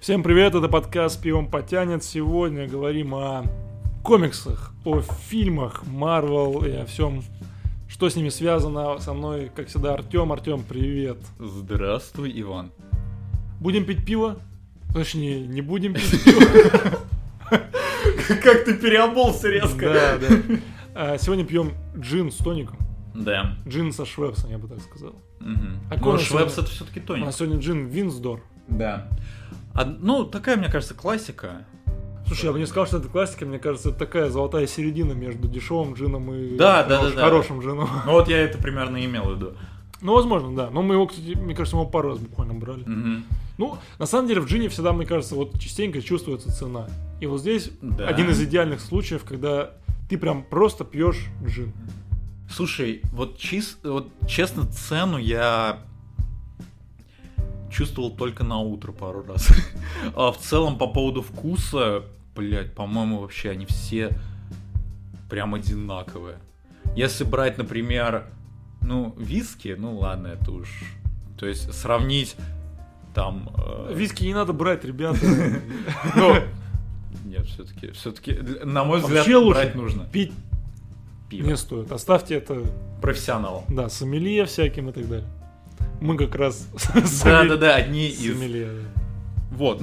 Всем привет, это подкаст «Пивом потянет». Сегодня говорим о комиксах, о фильмах Marvel и о всем, что с ними связано. Со мной, как всегда, Артем. Артем, привет. Здравствуй, Иван. Будем пить пиво? Точнее, не будем пить пиво. Как ты переобулся резко. Да. Сегодня пьем джин с тоником. Да. Джин со Швепсом, я бы так сказал. Но Швепс это все-таки тоник. У нас сегодня джин Винсдор. Да. Такая, мне кажется, классика. Слушай, я бы не сказал, что это классика, мне кажется, это такая золотая середина между дешевым джином и хорошим джином. Ну вот я это примерно имел в виду. Ну, возможно, да. Но мы его, кстати, мне кажется, мы его пару раз буквально брали. Ну, на самом деле, в джине всегда, мне кажется, вот частенько чувствуется цена. И вот здесь один из идеальных случаев, когда ты прям просто пьешь джин. Слушай, вот честно, цену я чувствовал только на утро пару раз. А в целом, по поводу вкуса, по-моему, вообще они все прям одинаковые. Если брать, например, виски, ладно, это уж... То есть сравнить там... Виски не надо брать, ребята. Нет, все-таки, на мой взгляд, брать нужно. Пить пиво не стоит. Оставьте это... Профессионалам. Да, сомелье всяким и так далее. Мы как раз... Да, одни из... Сомелье. Вот,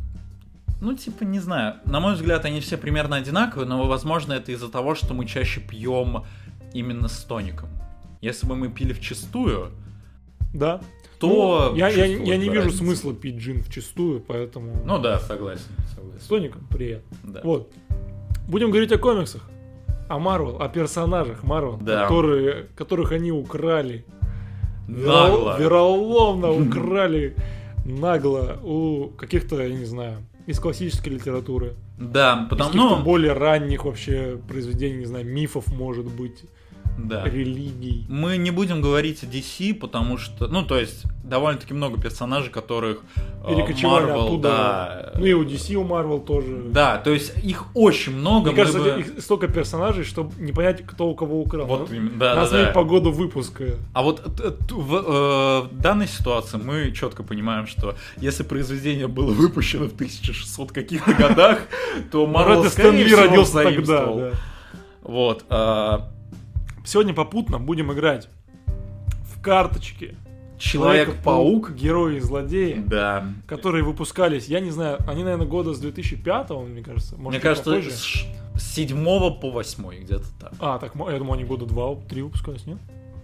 не знаю. На мой взгляд, они все примерно одинаковые, но, возможно, это из-за того, что мы чаще пьем именно с тоником. Если бы мы пили вчистую, да, то... Я не вижу смысла пить джин вчистую, поэтому... Согласен. С тоником приятно. Да. Вот. Будем говорить о комиксах, о Marvel, о персонажах Marvel, да. которых они украли. Нагло. Вероломно украли нагло у каких-то, я не знаю, из классической литературы. Да, потому что более ранних вообще произведений, не знаю, мифов, может быть, религий. Мы не будем говорить о DC, потому что, довольно-таки много персонажей, которых перекочевали Marvel, оттуда. Да. И у DC, у Marvel тоже. Да, то есть их очень много. Мне кажется, их столько персонажей, чтобы не понять, кто у кого украл. Вот, надо смотреть по году выпуска. А вот в данной ситуации мы четко понимаем, что если произведение было выпущено в 1600 каких-то годах, то Marvel, скорее всего, родился тогда. Вот. Сегодня попутно будем играть в карточки Человек-паук, герои и злодеи, да, которые выпускались, я не знаю, они, наверное, года с 2005-го, мне кажется. Мне кажется, с 7 по 8 где-то так. Так, я думаю, они года 2-3 выпускались, нет?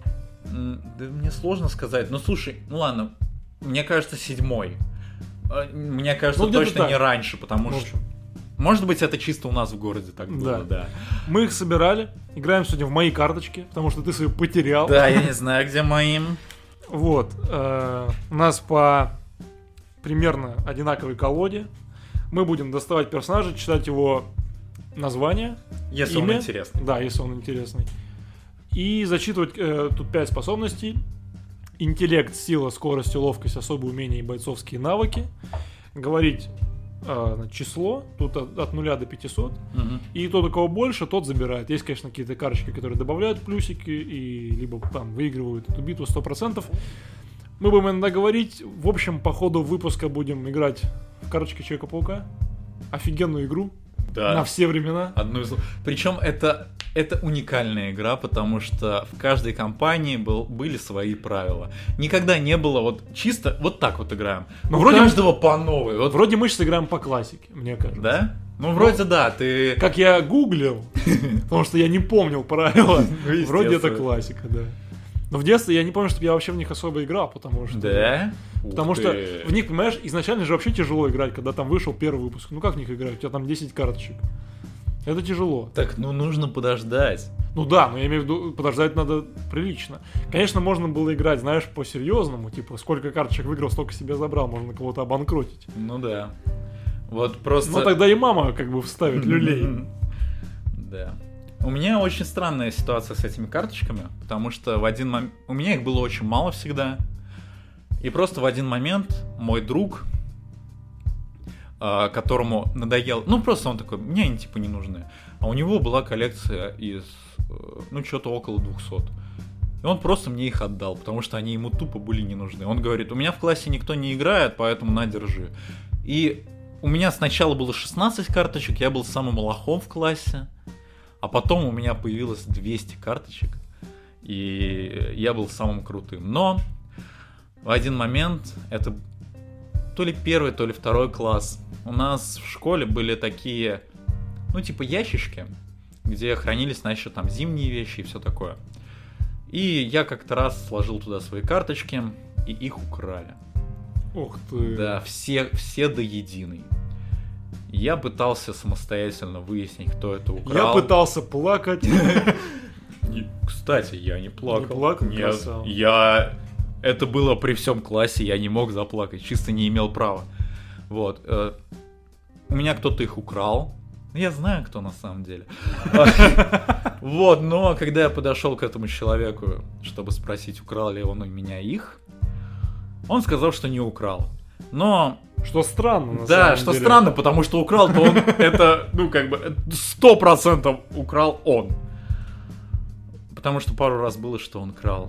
Да мне сложно сказать. Слушай, ладно, мне кажется, 7-й. Мне кажется, точно так. Не раньше, потому что... Может быть, это чисто у нас в городе так было, да. Мы их собирали, играем сегодня в мои карточки, потому что ты свои потерял. Да, я не знаю, где мои. Вот, у нас по примерно одинаковой колоде. Мы будем доставать персонажа, читать его название, если имя, он интересный. Да, если он интересный. И зачитывать тут 5 способностей. Интеллект, сила, скорость, ловкость, особые умения и бойцовские навыки. Говорить число, тут от 0 до 500. И тот, у кого больше, тот забирает. Есть, конечно, какие-то карточки, которые добавляют плюсики и либо там выигрывают эту битву 100%. Мы будем иногда говорить. В общем, по ходу выпуска будем играть в карточки Человека-паука. Офигенную игру. Да. На все времена. Причем это уникальная игра, потому что в каждой компании были свои правила. Никогда не было чисто вот так вот играем. Вроде каждого по новой. Вроде мы сейчас играем по классике, мне кажется. Да? Вроде да, ты... Как я гуглил, потому что я не помнил правила. Вроде это классика, да. Но в детстве я не помню, чтобы я вообще в них особо играл, потому что... Да? Потому что в них, понимаешь, изначально же вообще тяжело играть, когда там вышел первый выпуск. Как в них играть? У тебя там 10 карточек. Это тяжело. Так, нужно подождать. Да, но я имею в виду, подождать надо прилично. Конечно, можно было играть, знаешь, по-серьезному. Типа, сколько карточек выиграл, столько себе забрал. Можно кого-то обанкротить. Да. Вот просто... Но тогда и мама вставит люлей. Да. У меня очень странная ситуация с этими карточками, потому что в один момент... У меня их было очень мало всегда. И просто в один момент мой друг, которому надоел... просто он такой, мне они не нужны. А у него была коллекция из, что-то около 200. И он просто мне их отдал, потому что они ему тупо были не нужны. Он говорит, у меня в классе никто не играет, поэтому на, держи. И у меня сначала было 16 карточек, я был самым лохом в классе, а потом у меня появилось 200 карточек, и я был самым крутым. Но в один момент, это то ли первый, то ли второй класс, у нас в школе были такие, ну типа ящички, где хранились, значит, там зимние вещи и все такое. И я как-то раз сложил туда свои карточки, и их украли. Ух ты. Да, все до единой. Я пытался самостоятельно выяснить, кто это украл. Я пытался плакать. Кстати, я не плакал. Не плакал? Нет, Красава. это было при всем классе, я не мог заплакать, чисто не имел права. Вот. У меня кто-то их украл. Я знаю, кто на самом деле. Вот, но когда я подошел к этому человеку, чтобы спросить, украл ли он у меня их, он сказал, что не украл. Но... Что странно, на самом Да, деле. что странно, потому что украл-то он, это, ну, как бы, 100% украл он. Потому что пару раз было, что он крал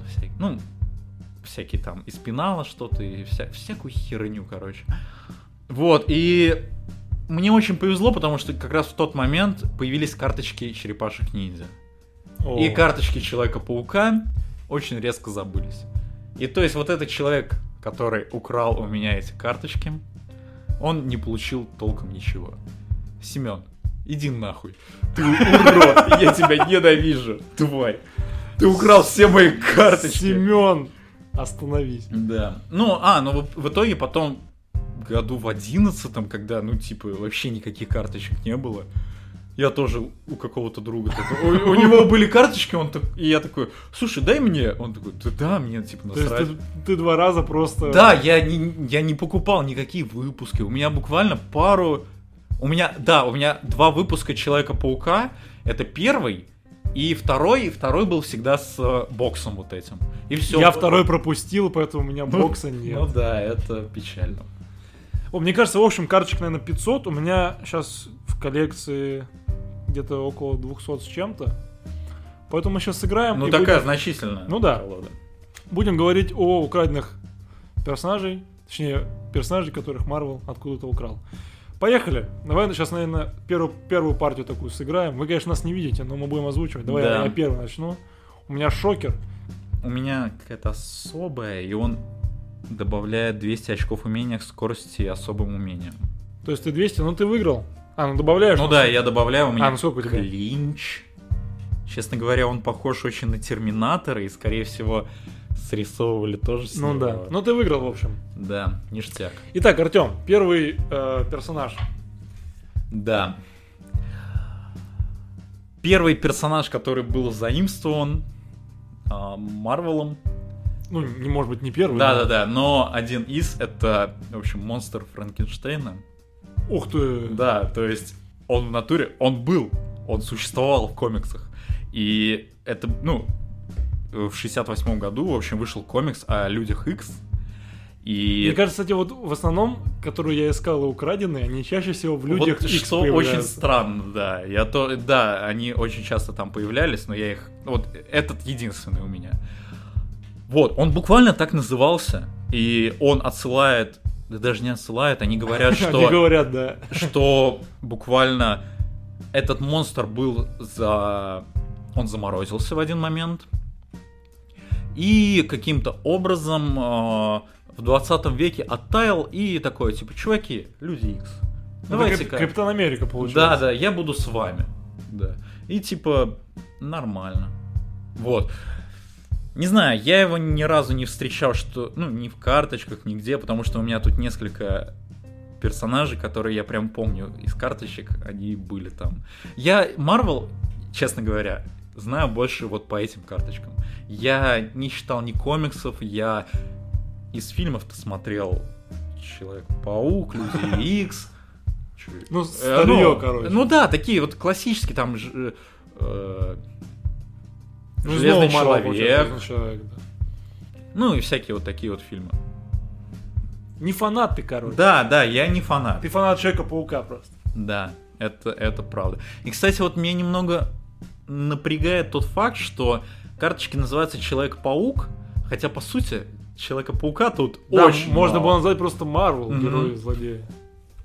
всякие там из пенала что-то, и всякую херню, короче. Вот, и мне очень повезло, потому что как раз в тот момент появились карточки черепашек-ниндзя. О. И карточки Человека-паука очень резко забылись. И то есть вот этот человек, который украл у меня эти карточки, он не получил толком ничего. Семен, иди нахуй. Ты урод, я тебя ненавижу, тварь. Ты украл все мои карточки. Семен, остановись. Да. Ну в итоге потом, году в 11-м, когда, вообще никаких карточек не было, я тоже у какого-то друга такой, у него были карточки, и я такой, слушай, дай мне. Он такой, да, мне насрать. То есть ты 2 раза просто... Да, я не покупал никакие выпуски. У меня буквально У меня 2 выпуска Человека-паука. Это первый и второй. И второй был всегда с боксом вот этим. И все. Я второй пропустил, поэтому у меня бокса нет. Ну да, это печально. Мне кажется, в общем, карточек, наверное, 500. У меня сейчас в коллекции где-то около 200 с чем-то. Поэтому мы сейчас сыграем. Ну, такая значительная. Ну да. колода. Будем говорить о украденных персонажей. Точнее, персонажей, которых Marvel откуда-то украл. Поехали. Давай сейчас, наверное, первую партию такую сыграем. Вы, конечно, нас не видите, но мы будем озвучивать. Давай Да. я первый начну. У меня шокер. У меня какая-то особая, и он добавляет 200 очков умения к скорости и особым умениям. То есть ты 200, но ты выиграл. Добавляешь? Ну да, я добавляю, у меня ну сколько у тебя? клинч. Честно говоря, он похож очень на Терминатора, и, скорее всего, срисовывали тоже с Ну него. да. Но ты выиграл, в общем. Да, ништяк. Итак, Артем, первый персонаж. Да. Первый персонаж, который был заимствован Марвелом. Ну, не может быть, не первый. Да, но один из, это, в общем, монстр Франкенштейна. Ух ты. Да, то есть он в натуре, он существовал в комиксах. И это, в 68 году, в общем, вышел комикс о Людях Икс. И... Мне кажется, кстати, вот в основном, которые я искал и украденные, они чаще всего в Людях Вот Икс что появляются. очень странно, да. Да, они очень часто там появлялись, но я их... Вот этот единственный у меня. Вот, он буквально так назывался. И он отсылает... Да даже не отсылает, они говорят, что... Они говорят, да. Что буквально этот монстр был Он заморозился в один момент. И каким-то образом в 20 веке оттаял и такой, типа, чуваки, Люди Икс. Давайте-ка. Капитан Америка получился. Да, я буду с вами. Да. И типа, нормально. Вот. Не знаю, я его ни разу не встречал, ни в карточках, нигде, потому что у меня тут несколько персонажей, которые я прям помню из карточек, они были там. Я Marvel, честно говоря, знаю больше вот по этим карточкам. Я не читал ни комиксов, я из фильмов-то смотрел Человек-паук, Люди Икс. Ну, старье, короче. Ну да, такие вот классические, там Железный человек. Да. Ну и всякие вот такие вот фильмы. Не фанат ты, короче. Да, я не фанат. Ты фанат Человека-паука просто. Да, это правда. И, кстати, вот меня немного напрягает тот факт, что карточки называются Человек-паук, хотя, по сути, Человека-паука тут Да, очень можно мало. было назвать просто Marvel, герои злодеи.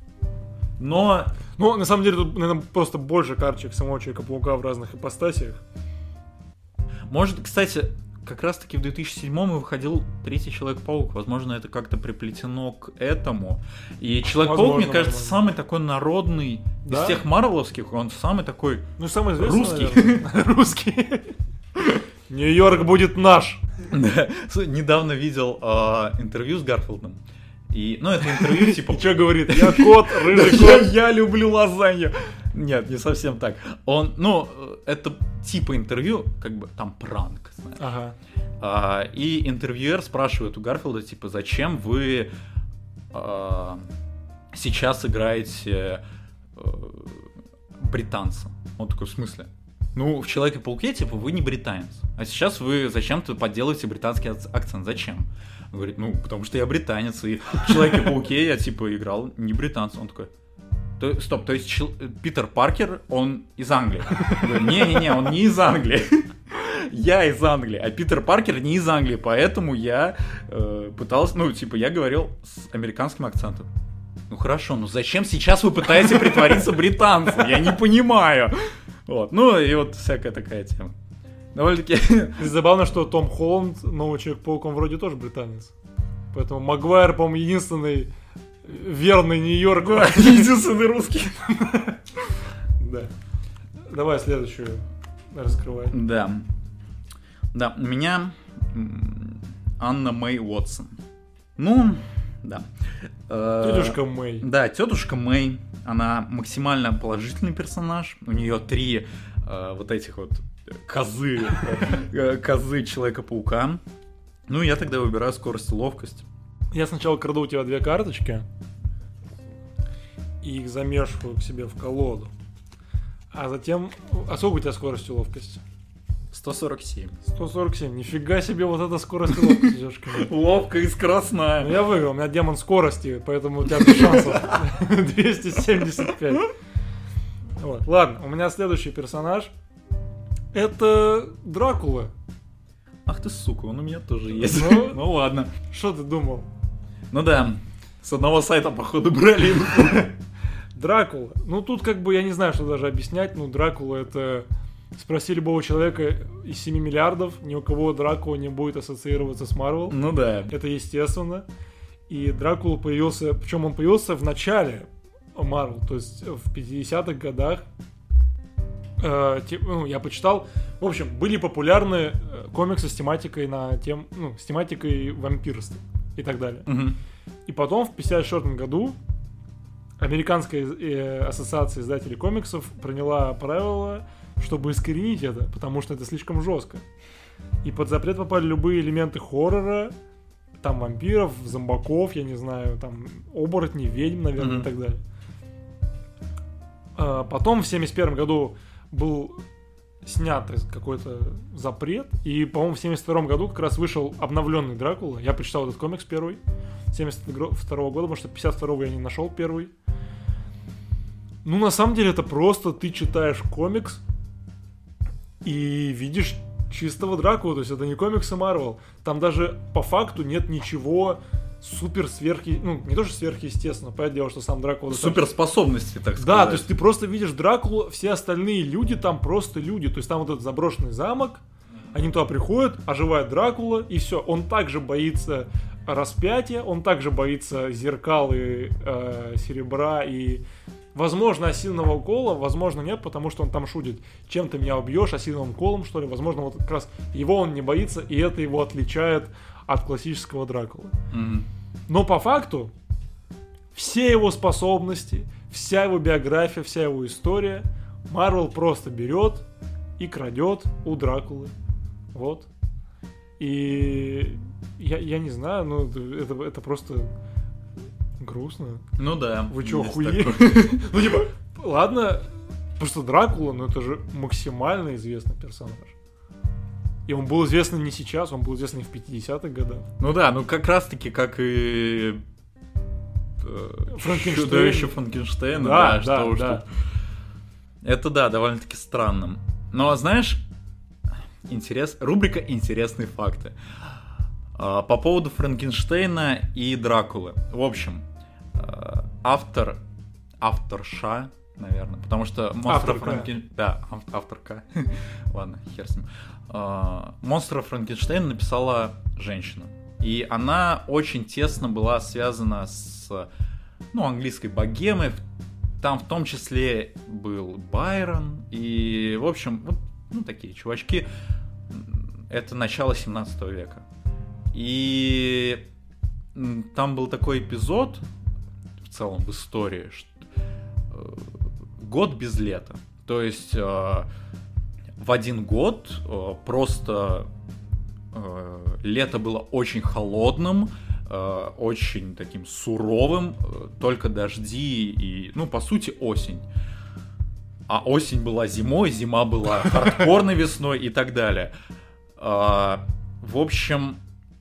Но... Ну, на самом деле, тут, наверное, просто больше карточек самого Человека-паука в разных ипостасиях. Может, кстати, как раз-таки в 2007-м выходил третий Человек-паук. Возможно, это как-то приплетено к этому. И Человек-паук, мне кажется, самый такой народный из всех марвеловских. Он самый такой... Ну, самый известный, русский. Русский. Нью-Йорк будет наш. Недавно видел интервью с Гарфилдом. Это интервью типа... И что говорит? Я кот, рыжий кот. Я люблю лазанью. Нет, не совсем так. Это типа интервью, как бы там пранк, знаешь. Ага. И интервьюер спрашивает у Гарфилда, типа, зачем вы сейчас играете британца? Он такой, в смысле? Ну, в Человеке-пауке, типа, вы не британец. А сейчас вы зачем-то подделываете британский акцент. Зачем? Он говорит, потому что я британец, и в Человеке-пауке я, типа, играл не британца. Он такой, стоп, то есть Питер Паркер, он из Англии? Я говорю, не-не-не, он не из Англии. Я из Англии, а Питер Паркер не из Англии, поэтому я пытался, я говорил с американским акцентом. Ну хорошо, зачем сейчас вы пытаетесь притвориться британцем? Я не понимаю. Вот, и вот всякая такая тема. Довольно-таки... Забавно, что Том Холланд, новый Человек-паук, он вроде тоже британец. Поэтому Магуайр, по-моему, единственный верный Нью-Йорк. Единственный русский. Да. Давай следующую раскрывай. Да. Да, у меня Анна Мэй Уотсон. Да. Тетушка Мэй. Да, тетушка Мэй. Она максимально положительный персонаж. У нее 3 вот этих вот козы Человека-паука. Я тогда выбираю скорость и ловкость. Я сначала краду у тебя 2 карточки и их замешиваю к себе в колоду. А затем... А сколько у тебя скорость и ловкость? 147. 147. Нифига себе вот эта скорость и ловкость, девушка. Ловкая и скоростная. Я выиграл, у меня демон скорости, поэтому у тебя без шансов. 275. Вот. Ладно, у меня следующий персонаж. Это Дракула. Ах ты сука, он у меня тоже есть. Ну ладно. Что ты думал? Да, с одного сайта, походу, брали. Дракула. Тут как бы я не знаю, что даже объяснять. Дракула это... Спроси любого человека из 7 миллиардов, ни у кого Дракула не будет ассоциироваться с Марвел. Да. Это естественно. И Дракула появился... Причем он появился в начале Марвел, то есть в 50-х годах. Я почитал. В общем, были популярны комиксы с тематикой с тематикой вампирства и так далее. Угу. И потом в 54 году Американская ассоциация издателей комиксов приняла правила, чтобы искоренить это, потому что это слишком жестко. И под запрет попали любые элементы хоррора, там вампиров, зомбаков, я не знаю, там оборотней, ведьм, наверное, и так далее. Потом в 71 году был снят какой-то запрет, и, по-моему, в 72 году как раз вышел обновленный Дракула. Я прочитал этот комикс первый, 72 года, потому что 52 я не нашел первый. На самом деле, это просто ты читаешь комикс и видишь чистого Дракулу, то есть это не комиксы Марвел. Там даже по факту нет ничего супер не то что сверхъестественно, понятное дело, что сам Дракула... Суперспособности, так сказать. Да, то есть ты просто видишь Дракулу, все остальные люди там просто люди, то есть там вот этот заброшенный замок, они туда приходят, оживает Дракула, и все, он также боится распятия, он также боится зеркал и серебра и... Возможно, осинового кола, возможно, нет, потому что он там шутит. Чем ты меня убьешь, осиновым колом, что ли? Возможно, вот как раз его он не боится, и это его отличает от классического Дракулы. Mm-hmm. Но по факту все его способности, вся его биография, вся его история Марвел просто берет и крадет у Дракулы. Вот. И я не знаю, это просто... грустно. Да. Вы чё, охуели? Ладно, просто Дракула, это же максимально известный персонаж. И он был известен не сейчас, он был известен и в 50-х годах. Как раз-таки, как и... Чудовище Франкенштейна. Да. Это, довольно-таки странно. Но, знаешь, рубрика «Интересные факты». По поводу Франкенштейна и Дракулы. В общем, автор авторша, наверное, потому что «Монстра Франкенштейна». Да, авторка. Ладно, хер с ним. «Монстра Франкенштейна» написала женщина. И она очень тесно была связана с английской богемой. Там в том числе был Байрон. И, в общем, такие чувачки. Это начало 17 века. И там был такой эпизод, в целом в истории, что год без лета. То есть в один год просто лето было очень холодным, очень таким суровым, только дожди и, по сути, осень. А осень была зимой, зима была хардкорной весной и так далее. В общем,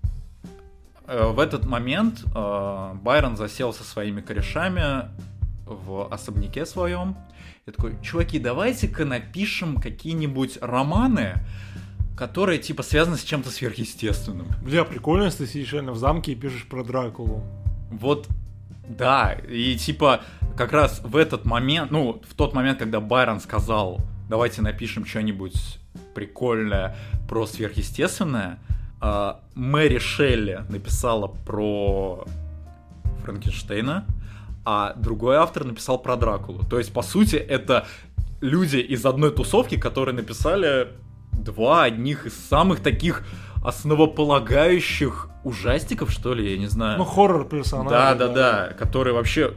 в этот момент Байрон засел со своими корешами в особняке своем. Я такой: чуваки, давайте-ка напишем какие-нибудь романы, которые типа связаны с чем-то сверхъестественным. Бля, прикольно, если ты сидишь реально в замке и пишешь про Дракулу. Вот, да, и типа как раз в этот момент, в тот момент, когда Байрон сказал: давайте напишем что-нибудь прикольное про сверхъестественное, Мэри Шелли написала про Франкенштейна, а другой автор написал про Дракулу. То есть, по сути, это люди из одной тусовки, которые написали два одних из самых таких основополагающих ужастиков, что ли, я не знаю. Хоррор-персонажи. Да, которые вообще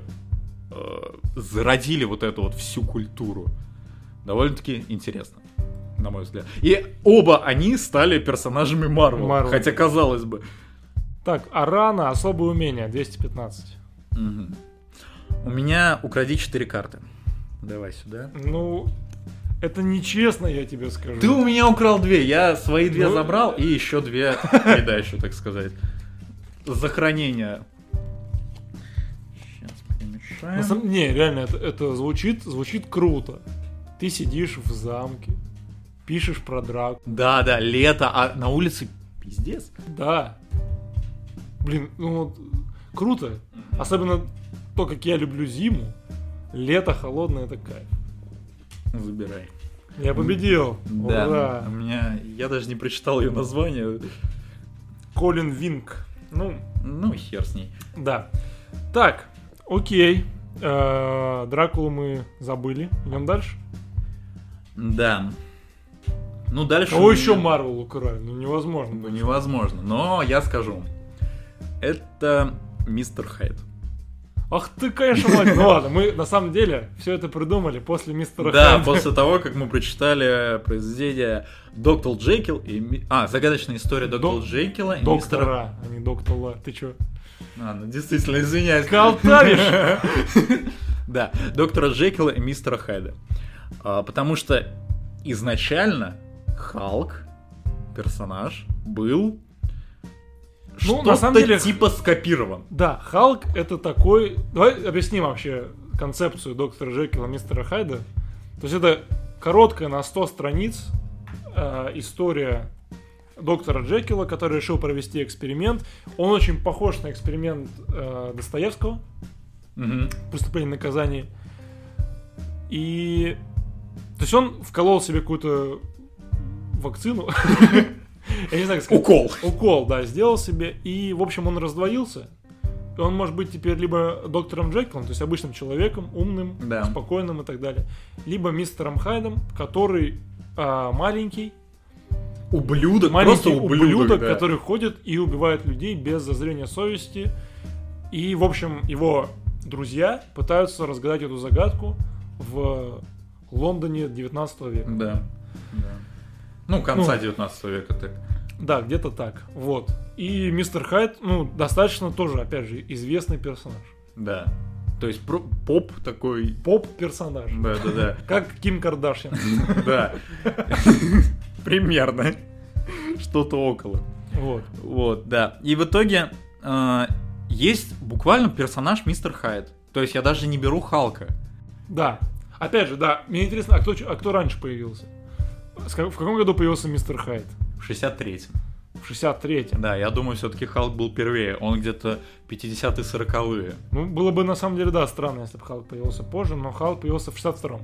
зародили вот эту вот всю культуру. Довольно-таки интересно, на мой взгляд. И оба они стали персонажами Марвел. Хотя, казалось бы. Так, Арана, особое умение, 215. Угу. У меня укради 4 карты. Давай сюда. Это нечестно, я тебе скажу. Ты у меня украл 2, я свои 2 забрал и еще 2 передачу, так сказать. За хранение. Сейчас перемешаем. Не, реально, это звучит круто. Ты сидишь в замке, пишешь про Дракулу. Да, лето, а на улице пиздец. Да. Блин, круто. Особенно то, как я люблю зиму. Лето холодное — это кайф. Забирай. Я победил. Да. Ура. Я даже не прочитал ее название. Колин Винк. Хер с ней. Да. Так, окей. Дракулу мы забыли. Идем дальше? Да. Дальше... еще Марвел украли. Невозможно. Невозможно. Но я скажу. Это Мистер Хайд. Ах ты, конечно, мать. Ладно, мы на самом деле все это придумали после Мистера Хайда. Да, после того, как мы прочитали произведение Доктор Джекил и... Загадочная история Доктора Джекила и Доктора, а не Доктора. Ты чё? Действительно, извиняюсь. Калтавишь! Да, Доктора Джекила и Мистера Хайда. Потому что изначально Халк, персонаж, был... что-то на самом деле, типа скопирован. Да, Халк это такой... Давай объясним вообще концепцию Доктора Джекила и Мистера Хайда. То есть это короткая на 100 страниц история доктора Джекила, который решил провести эксперимент. Он очень похож на эксперимент Достоевского. «Преступление и наказание». И... То есть он вколол себе какую-то вакцину. Я не знаю, как сказать. Укол, да, сделал себе. И, в общем, он раздвоился. И он может быть теперь либо доктором Джекилом, то есть обычным человеком, умным, спокойным и так далее, либо мистером Хайдом, который маленький. Ублюдок, маленький ублюдок, да. Который ходит и убивает людей без зазрения совести. И, в общем, его друзья пытаются разгадать эту загадку в Лондоне 19 века. Да. Конца 19 века так. Да, где-то так. Вот. И мистер Хайд, достаточно тоже, опять же, известный персонаж. Да. То есть поп такой... Поп-персонаж. Да. Как Ким Кардашьян. Да. Примерно. Что-то около. Вот, да. И в итоге есть буквально персонаж мистер Хайд. То есть я даже не беру Халка. Да. Опять же, да. Мне интересно, а кто раньше появился? В каком году появился мистер Хайд? В 63-м. В 63-м. Да, я думаю, все-таки Халк был первее. Он где-то 50-е, 40-е. Ну, было бы на самом деле, да, странно, если бы Халк появился позже, но Халк появился в 62-м.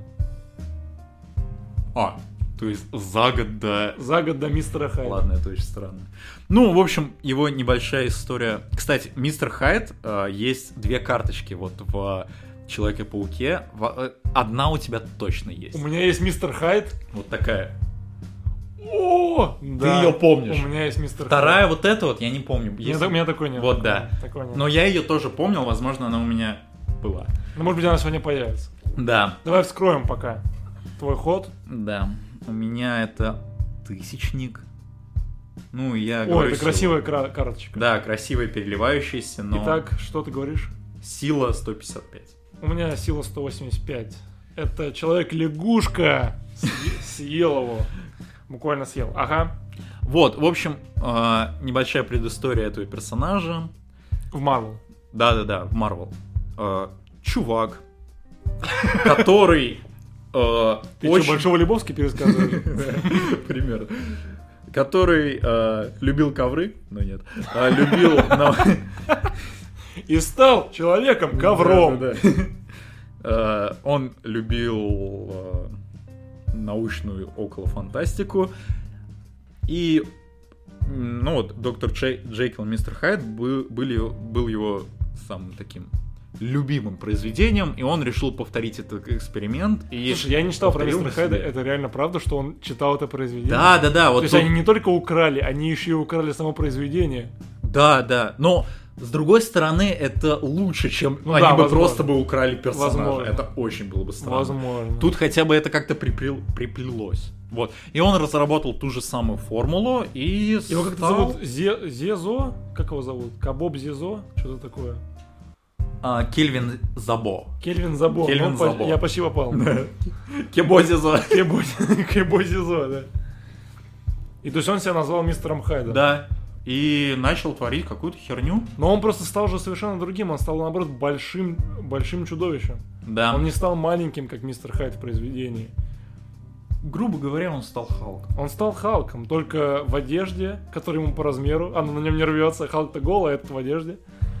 То есть за год до... За год до Мистера Хайда. Ладно, это очень странно. Ну, в общем, его небольшая история. Кстати, Мистер Хайд, есть две карточки вот в Человеке-пауке. Одна у тебя точно есть. У меня есть Мистер Хайд. Вот такая. О, да. её помнишь? У меня есть Мистер Вторая Хайд. вот эта вот, я не помню. У меня такой нет. Вот, такой, да. Такой нет. Но я ее тоже помнил, возможно, она у меня была. Ну, может быть, она сегодня появится. Да. Давай вскроем пока твой ход. Да. У меня это тысячник. Ну, я Ой, говорю... это сила. красивая карточка. Да, красивая, переливающаяся, но... Итак, что ты говоришь? Сила 155. У меня сила 185. Это Человек-лягушка съел его. Буквально съел. Ага. Вот, в общем, небольшая предыстория этого персонажа. В Марвел. Да-да-да, в Марвел. Чувак, который... Ты что, Большого Лебовски пересказываешь? Примерно. Который любил ковры, но нет. Любил... И стал Человеком-ковром. Он любил научную околофантастику. И, ну вот, доктор Джекил и мистер Хайд был его самым таким любимым произведением, и он решил повторить этот эксперимент. И слушай, я не читал про повторил мистера на Хайда, себе. это реально правда, что он читал это произведение? Да. Вот То есть тут- они не только украли, они еще и украли само произведение. Да. Но с другой стороны, это лучше, чем Ну они да, бы возможно. просто бы украли персонажа. Возможно. Это очень было бы странно. Возможно. Тут хотя бы это как-то приплелось. Вот. И он разработал ту же самую формулу и Его как-то стал- зовут Зезо? Как его зовут? Кабоб Зезо? Что-то такое. Кельвин Забо. Кельвин Забо. Кельвин Ну, Забо. Я почти попал. Кебозизо. Кебо Зезо, да. И то есть он себя назвал мистером Хайдом. Да. И начал творить какую-то херню. Но он просто стал же совершенно другим. Он стал, наоборот, большим чудовищем. Да. Он не стал маленьким, как мистер Хайд в произведении. грубо говоря, он стал Халком. Он стал Халком, только в одежде, которая ему по размеру. Она на нем не рвется. Халк-то голый, а этот в одежде.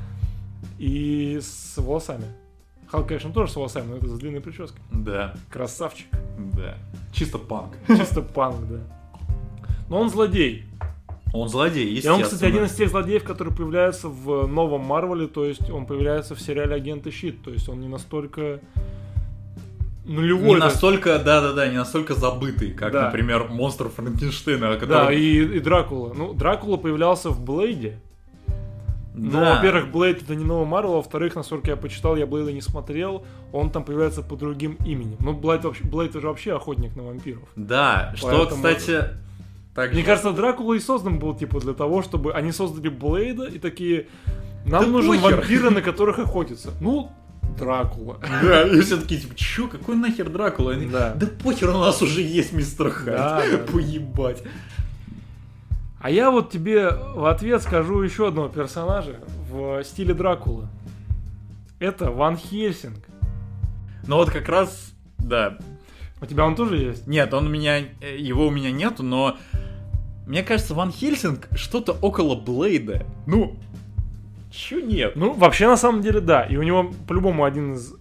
И с волосами. Халк, конечно, тоже с волосами, но это с длинной прической. Да. Красавчик. Да. Чисто панк. Чисто панк, да. Но он злодей. Он злодей, И естественно. он, кстати, один из тех злодеев, которые появляются в новом Марвеле, то есть он появляется в сериале «Агенты Щит», то есть он не настолько нулевой. Не настолько, да, не настолько забытый, как, Да. например, монстр Франкенштейна, Да, который... и Дракула. Ну, Дракула появлялся в Блейде. Но, Да. во-первых, Блейд это не новый Марвел, во-вторых, насколько я почитал, я Блейда не смотрел, он там появляется под другим именем. Ну, Блейд это же вообще охотник на вампиров. Да, что, Поэтому- кстати... Так Мне же- кажется, Дракула и создан был, типа, для того, чтобы они создали Блейда и такие, нам Да нужен похер. вампиры, на которых охотятся. Ну, Дракула. Да, и все такие, типа, чё, какой нахер Дракула? Они, Да. Да похер, у нас уже есть мистер Хайд. Да, да. Поебать. А я вот тебе в ответ скажу еще одного персонажа в стиле Дракулы. Это Ван Хельсинг. Ну вот как раз, да. У тебя он тоже есть? Нет, его у меня нету, но мне кажется, Ван Хельсинг что-то около Блейда. Ну, чё нет? Ну, вообще, на самом деле, да. И у него, по-любому, один из...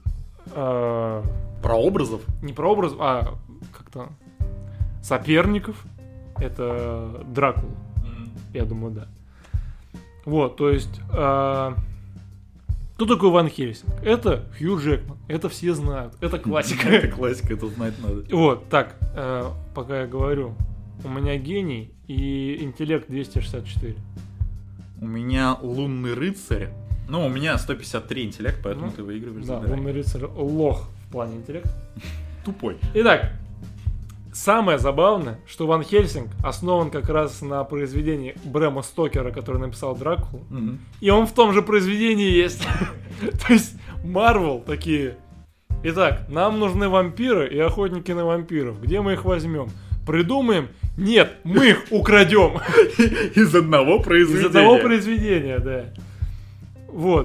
Прообразов? не прообразов, а как-то соперников. Это Дракула. Я думаю, да. Вот, то есть... кто такой Ван Хельсинг? Это Хью Джекман. Это все знают. Это классика. Это классика, это знать надо. Вот, так, пока я говорю. У меня гений и интеллект 264. У меня лунный рыцарь. Ну, у меня 153 интеллект, поэтому Ну, ты выигрываешь. Да, забирай. лунный рыцарь лох в плане интеллекта. Тупой. Итак, самое забавное, что Ван Хельсинг основан как раз на произведении Брэма Стокера, который написал Дракулу. И он в том же произведении есть. То есть Марвел такие. Итак, нам нужны вампиры и охотники на вампиров. Где мы их возьмем? Придумаем? Нет, мы их украдем. Из одного произведения. Из одного произведения, да. Вот.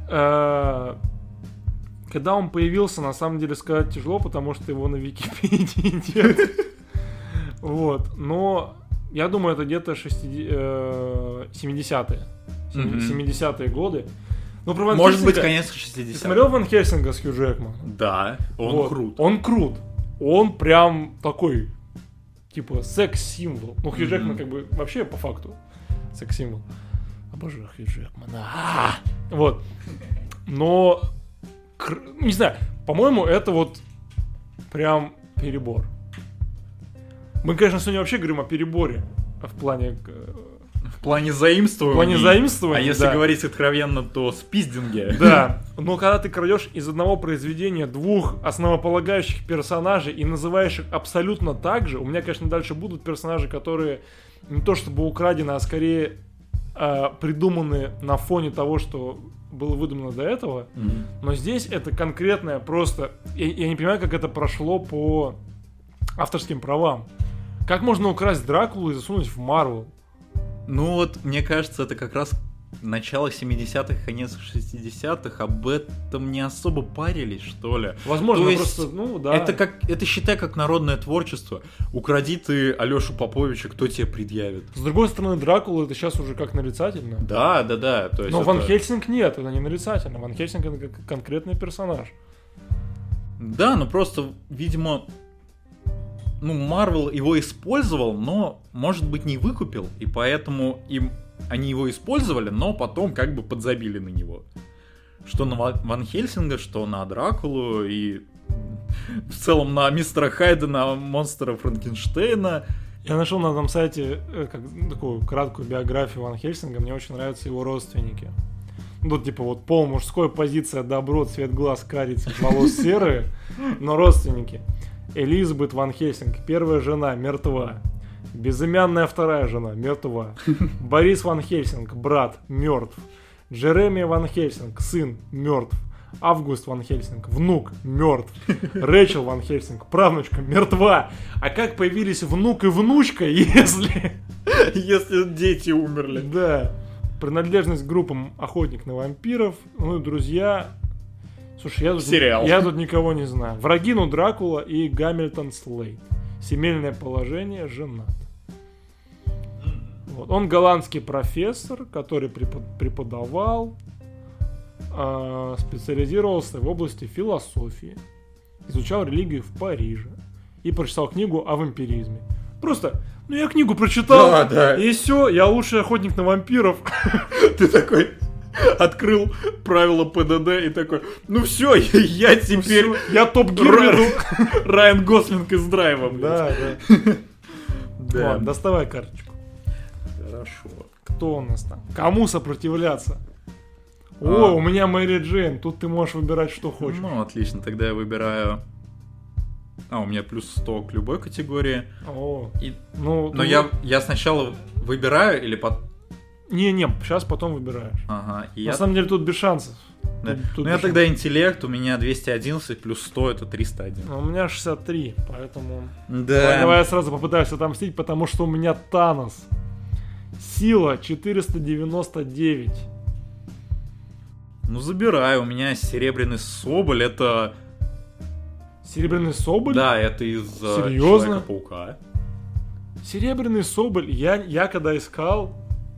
Когда он появился, на самом деле сказать тяжело, потому что его на Википедии нет. Вот. Но Я думаю, это где-то 70-е. 70-е годы. Ну, про Ван Может быть, Хельсинга... конец 60-х. Ты смотрел Ван Хельсинга с Хью Джекманом? Да, он Вот. крут. Он крут. Он прям такой, типа, секс-символ. Ну, Хью Джекман как бы вообще по факту секс-символ. Обожаю Хью Джекмана. Вот. Но, не знаю, по-моему, это вот прям перебор. Мы, конечно, сегодня вообще говорим о переборе в плане заимствования. заимствования, А если да. говорить откровенно, то спиздинге. Да, но когда ты крадешь из одного произведения двух основополагающих персонажей и называешь их абсолютно так же, у меня, конечно, дальше будут персонажи, которые не то чтобы украдены, а скорее придуманы на фоне того, что было выдумано до этого, но здесь это конкретное просто... Я не понимаю, как это прошло по авторским правам. Как можно украсть Дракулу и засунуть в Марвел? Ну вот, мне кажется, это как раз начало 70-х, конец 60-х, об этом не особо парились, что ли. Возможно, То есть, просто, ну да. Это считай как народное творчество. Укради ты Алешу Поповича, кто тебе предъявит? С другой стороны, Дракула это сейчас уже как нарицательно. Да. То есть Но это... Ван Хельсинг нет, это не нарицательно. Ван Хельсинг это как конкретный персонаж. Да, ну просто, видимо, Марвел его использовал, но, может быть, не выкупил, и поэтому они его использовали, но потом как бы подзабили на него. Что на Ван Хельсинга, что на Дракулу, и в целом на мистера Хайда, на монстра Франкенштейна. Я нашел на этом сайте такую краткую биографию Ван Хельсинга, мне очень нравятся его родственники. Ну, типа, вот полумужской позиция, добро, цвет глаз карий, цвет волос серые, но родственники. Элизабет Ван Хельсинг, первая жена, мертва. Безымянная вторая жена, мертва. Борис Ван Хельсинг, брат, мертв. Джеремия Ван Хельсинг, сын, мертв. Август Ван Хельсинг, внук, мертв. Рэйчел Ван Хельсинг, правнучка, мертва. А как появились внук и внучка, если дети умерли? Да. Принадлежность к группам охотник на вампиров, ну и друзья... Слушай, я тут никого не знаю. Враги, Дракула и Гамильтон Слейд. Семейное положение, женат. Вот. Он голландский профессор, который преподавал, специализировался в области философии, изучал религию в Париже и прочитал книгу о вампиризме. Просто, я книгу прочитал, и все, я лучший охотник на вампиров. Ты такой... Открыл правила ПДД и такой, все, я теперь... Я топ-гир. Райан Гослинг из Драйва. Да. Ладно, доставай карточку. Хорошо. Кто у нас там? Кому сопротивляться? О, у меня Мэри Джейн. Тут ты можешь выбирать, что хочешь. Ну, отлично, тогда я выбираю... у меня плюс 100 к любой категории. Но я сначала выбираю или потом... Не, сейчас потом выбираешь. Ага. На самом деле тут без шансов. Да. Я тогда интеллект, у меня 211 плюс 100 это 301. У меня 63, поэтому... Да. Давай я сразу попытаюсь отомстить, потому что у меня Танос. Сила 499. Забираю, у меня Серебряный Соболь, это... Серебряный Соболь? Да, это из Серьезно? Человека-паука. Серебряный Соболь, я когда искал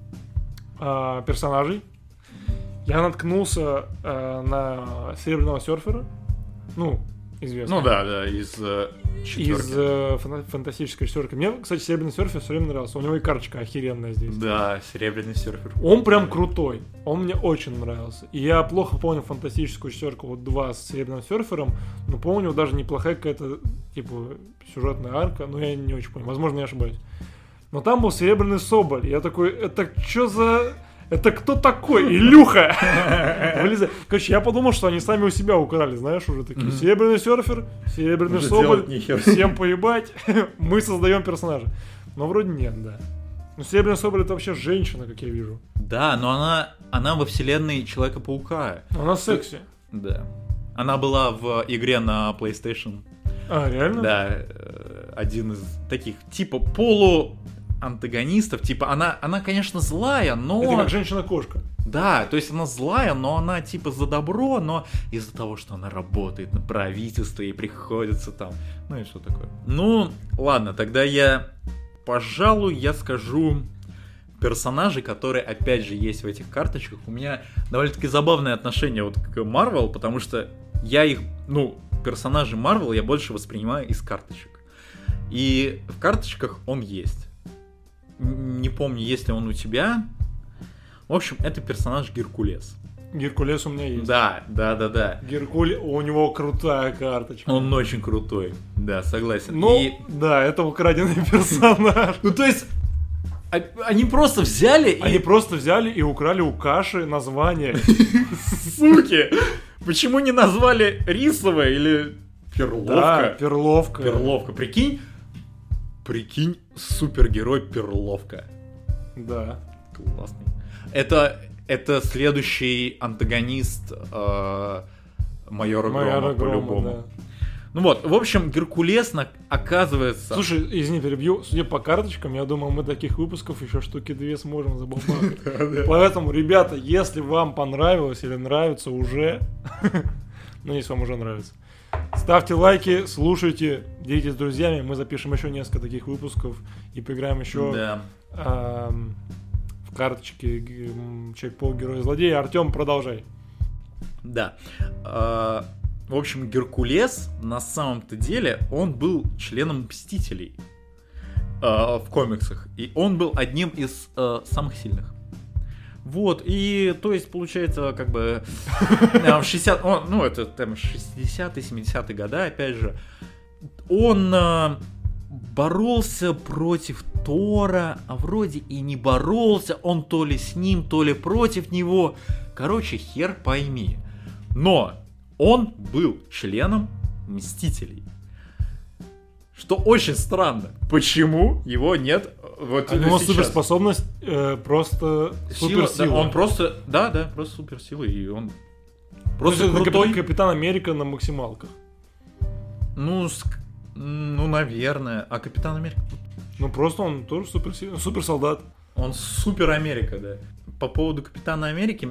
персонажей, я наткнулся на Серебряного Серфера, известно. Да, из четверки. Из фантастической четверки. Мне, кстати, Серебряный Серфер все время нравился, у него и карточка охеренная здесь. Да, Серебряный Серфер. Он прям крутой, он мне очень нравился. И я плохо помню фантастическую четверку 2 с Серебряным Серфером, но помню даже неплохая какая-то, сюжетная арка, но я не очень помню, возможно, я ошибаюсь. Но там был Серебряный Соболь. Я такой, это что за... Это кто такой? Илюха! Короче, я подумал, что они сами у себя украли, знаешь, уже такие. Серебряный Серфер, Серебряный Соболь, всем поебать. Мы создаем персонажа. Но вроде нет, да. Но Серебряный Соболь это вообще женщина, как я вижу. Да, но она во вселенной Человека-паука. Она секси. Да. Она была в игре на PlayStation. А, реально? Да. Один из таких, антагонистов, она, конечно, злая, но... Это как женщина-кошка. Да, то есть она злая, но она за добро, но из-за того, что она работает на правительство, ей приходится там, и что такое. Ладно, тогда я пожалуй, я скажу персонажи, которые, опять же, есть в этих карточках. У меня довольно-таки забавное отношение вот к Marvel, потому что я их, персонажи Marvel я больше воспринимаю из карточек. И в карточках он есть. Не помню, есть ли он у тебя. В общем, это персонаж Геркулес. Геркулес у меня есть. Да. Геркулес, у него крутая карточка. Он очень крутой. Да, согласен. Да, это украденный персонаж. То есть, они просто взяли и украли у Каши название. Суки! Почему не назвали Рисовая или Перловка? Да, Перловка. Перловка. Прикинь, супергерой Перловка. Да. Классный. Это следующий антагонист майора Грома, по-любому. Да. В общем, Геркулес оказывается... Слушай, извини, перебью. Судя по карточкам, я думаю, мы таких выпусков еще штуки 2 сможем забабахать. Поэтому, ребята, если вам понравилось или нравится уже... если вам уже нравится. Ставьте лайки, слушайте, делитесь с друзьями. Мы запишем еще несколько таких выпусков и поиграем еще в карточки Человек-паук, Герой, Злодей. Артем, продолжай. Да. В общем, Геркулес на самом-то деле он был членом Мстителей в комиксах. И он был одним из самых сильных. Вот, и то есть получается, как бы в 60, это там 60-е, 70-е годы, опять же, он боролся против Тора, а вроде и не боролся, он то ли с ним, то ли против него, короче, хер пойми. Но он был членом Мстителей. Что очень странно. Почему его нет вот у него сейчас? Суперспособность просто суперсила. Да, он просто, просто суперсила, и он просто это крутой. Капитан Америка на максималках. Наверное. А Капитан Америка? Просто он тоже суперсолдат. Он супер Америка, да. По поводу Капитана Америки,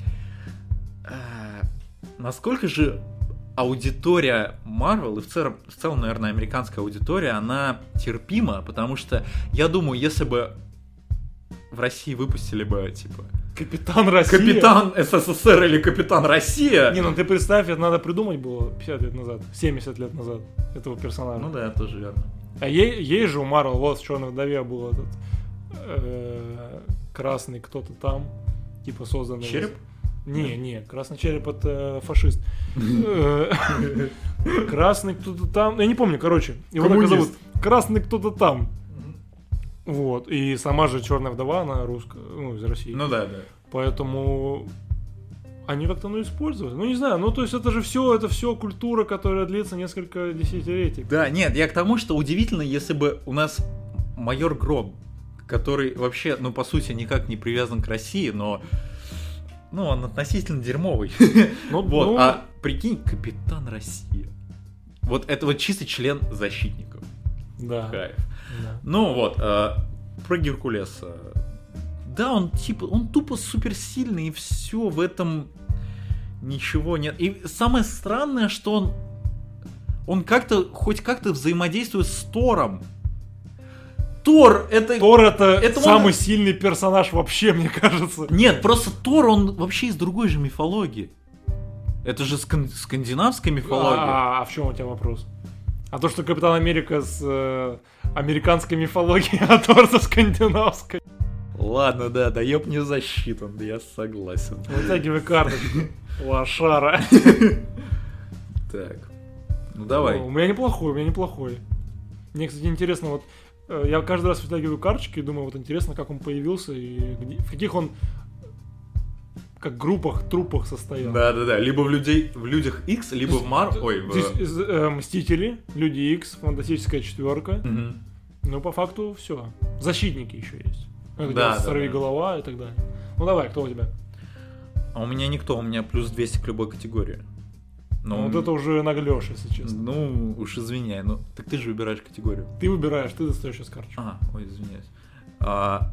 насколько же аудитория Marvel и в целом, наверное, американская аудитория, она терпима, потому что я думаю, если бы в России выпустили бы, типа... Капитан Россия? Капитан СССР или Капитан Россия? Ты представь, это надо придумать было 50 лет назад, 70 лет назад этого персонажа. Да, тоже верно. А ей же у Marvel, вот в «Черной вдове» был этот красный кто-то там, типа созданный... Череп? Не, красный череп это фашист. Красный кто-то там. Я не помню, короче. Его так зовут. Красный кто-то там. Вот. И сама же Черная вдова, она русская, из России. Да. Поэтому они как-то использовали. Не знаю, то есть это все культура, которая длится несколько десятилетий. Да, нет, я к тому, что удивительно, если бы у нас майор Гром, который вообще, по сути, никак не привязан к России, но он относительно дерьмовый. А прикинь, Капитан Россия. Вот это вот чистый член защитников. Да. Кайф. Да. Про Геркулеса. Да, он тупо суперсильный, и все, в этом ничего нет. И самое странное, что он хоть как-то взаимодействует с Тором. Тор это самый сильный персонаж вообще, мне кажется. Нет, просто Тор, он вообще из другой же мифологии. Это же скандинавская мифология. А в чем у тебя вопрос? А то, что Капитан Америка с американской мифологией, а Тор со скандинавской. Ладно, да, ёб не засчитан, я согласен. Вытягивай карточку, лошара. Так, давай. У меня неплохой. Мне, кстати, интересно, я каждый раз вытягиваю карточки и думаю, интересно, как он появился и в каких он как группах, трупах состоял. Да. Либо в Людях X, либо в Мстители, Люди X, Фантастическая четверка. Угу. По факту все. Защитники еще есть. Сорвиголова и так далее. Давай, кто у тебя? А у меня никто, у меня плюс 200 к любой категории. Это уже наглешь, если честно. Уж извиняй, так ты же выбираешь категорию. Ты выбираешь, ты достаешь сейчас карточку. Извиняюсь.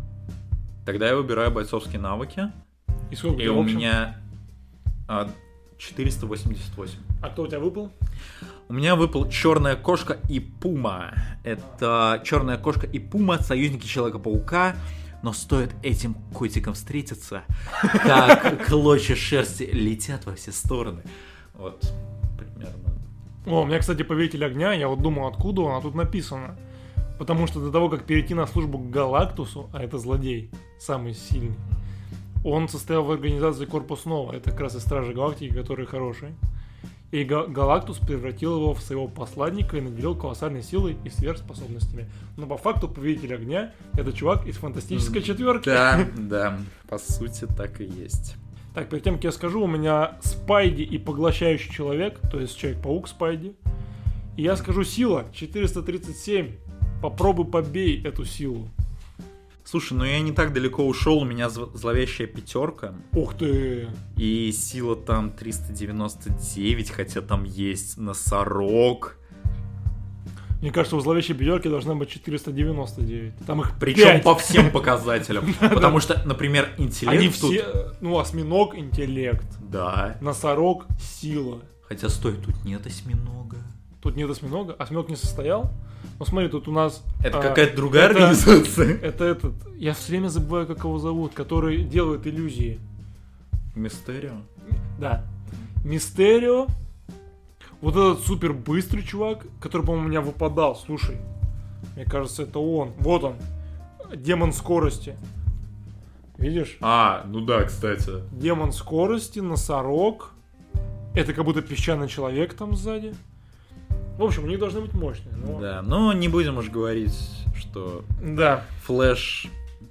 Тогда я выбираю бойцовские навыки. И сколько у меня 488. А кто у тебя выпал? У меня выпал Черная кошка и Пума. Это Черная кошка и Пума, союзники Человека-паука. Но стоит этим котикам встретиться, как клочья шерсти летят во все стороны. Вот, примерно. О, у меня, кстати, Повелитель огня, я вот думал, откуда он, а тут написано. Потому что до того, как перейти на службу к Галактусу, а это злодей, самый сильный, он состоял в организации Корпус Нова, это как раз и Стражи Галактики, которые хорошие. И Галактус превратил его в своего посланника и наделил колоссальной силой и сверхспособностями. Но по факту Повелитель огня — это чувак из Фантастической четверки. Да, по сути так и есть. Так, перед тем, как я скажу, у меня Спайди и Поглощающий Человек, то есть Человек-паук Спайди. И я скажу сила 437. Попробуй побей эту силу. Слушай, ну я не так далеко ушел, у меня зловещая 5. Ух ты! И сила там 399, хотя там есть носорог. Мне кажется, у зловещей 5 должна быть 499. Там их Причем 5. по всем показателям. Потому что, например, интеллект Они тут... все... Ну, осьминог — интеллект. Да. Носорог — сила. Хотя, стой, тут нет осьминога. Тут нет осьминога. Осьминог не состоял. Но смотри, тут у нас... Это какая-то другая организация. Это этот... Я все время забываю, как его зовут. Который делает иллюзии. Мистерио? Да. Мистерио. Вот этот супер быстрый чувак, который, по-моему, у меня выпадал. Слушай. Мне кажется, это он. Вот он. Демон скорости. Видишь? Ну да, кстати. Демон скорости, носорог. Это как будто песчаный человек там сзади. В общем, у них должны быть мощные. Но... Да, но не будем уж говорить, что... Да. Флэш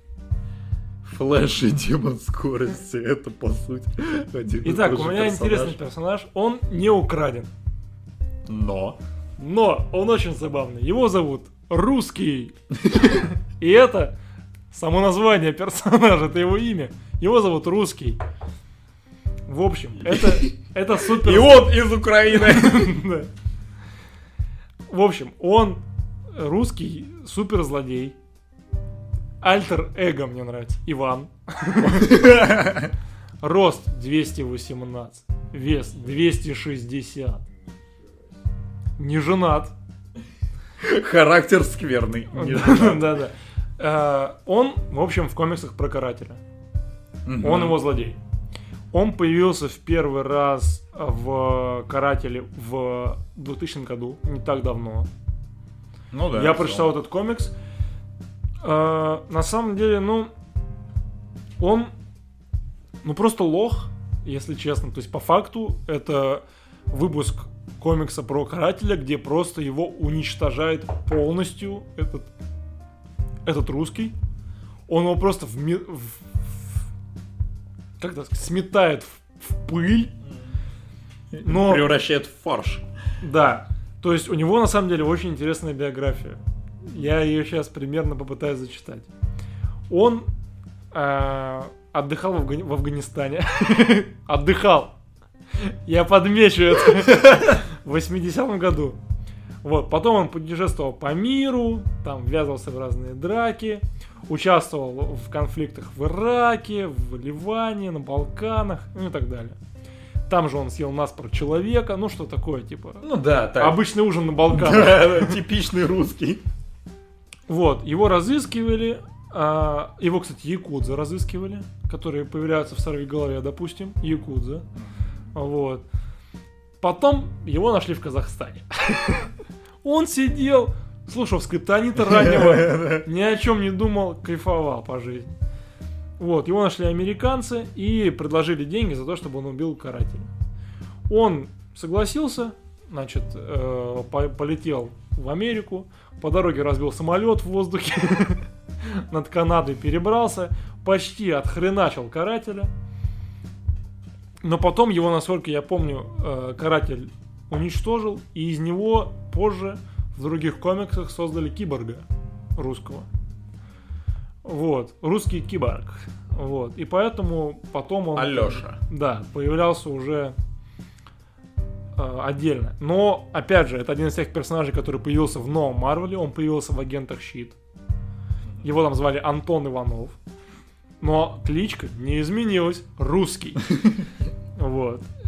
и демон скорости, это по сути один и Итак, тот у же меня персонаж. интересный персонаж. Он не украден. Но он очень забавный. Его зовут Русский. И это само название персонажа, это его имя. Его зовут Русский. В общем, это супер... И он из Украины. Да. В общем, он русский суперзлодей. Альтер-эго мне нравится. Иван. Рост 218. Вес 260. Не женат. Характер скверный. Да. Он, в общем, в комиксах про карателя. Он его злодей. Он появился в первый раз в «Карателе» в 2000 году, не так давно. Ну да. Я прочитал этот комикс. На самом деле, он просто лох, если честно. То есть, по факту, это выпуск комикса про карателя, где просто его уничтожает полностью этот русский. Он его просто сметает в пыль. Но... Превращает в фарш. Да. То есть у него на самом деле очень интересная биография. Я ее сейчас примерно попытаюсь зачитать. Он отдыхал в Афганистане. Отдыхал. Я подмечу это. В 80-м году. Вот. Потом он путешествовал по миру, там ввязывался в разные драки, участвовал в конфликтах в Ираке, в Ливане, на Балканах, и так далее. Там же он съел наспор человека, что такое, типа... Так. Обычный ужин на Балканах. Да, типичный русский. Вот, его разыскивали, его, кстати, якудза разыскивали, которые появляются в «Сорвиголове», допустим, якудза. Вот. Потом его нашли в Казахстане. Он сидел, слушал скриптонита раннего, ни о чем не думал, кайфовал по жизни. Вот, его нашли американцы и предложили деньги за то, чтобы он убил карателя. Он согласился, значит, полетел в Америку, по дороге разбил самолет в воздухе, над Канадой перебрался, почти отхреначил карателя. Но потом его, насколько я помню, каратель уничтожил, и из него позже в других комиксах создали киборга русского. Вот, русский киборг. Вот, и поэтому потом он... Алёша. Да, появлялся уже отдельно. Но, опять же, это один из тех персонажей, который появился в новом Марвеле, он появился в «Агентах Щит». Его там звали Антон Иванов. Но кличка не изменилась. Русский. Вот.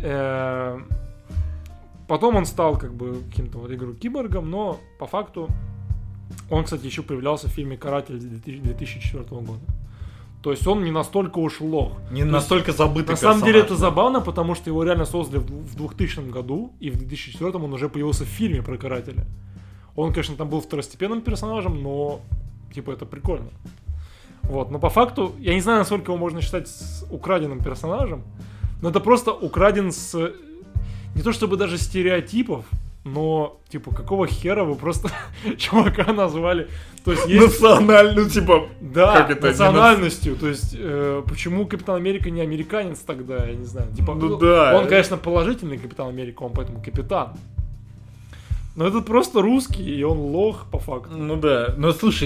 Потом он стал как бы каким-то вот игру-киборгом, но по факту он, кстати, еще появлялся в фильме «Каратель» 2004 года. То есть он не настолько уж лох. Не настолько забытый На персонаж. самом деле это забавно, потому что его реально создали в 2000 году, и в 2004 он уже появился в фильме про «Карателя». Он, конечно, там был второстепенным персонажем, но типа это прикольно. Вот, но по факту, я не знаю, насколько его можно считать украденным персонажем, но это просто украден с... Не то чтобы даже стереотипов, но, типа, какого хера вы просто чувака назвали... То есть есть... Национальную, типа... Да, как это, национальностью. То есть, почему Капитан Америка не американец тогда, я не знаю. Типа, Ну да. Он, конечно, положительный Капитан Америка, он поэтому капитан. Но этот просто русский, и он лох, по факту. Ну да. Но слушай,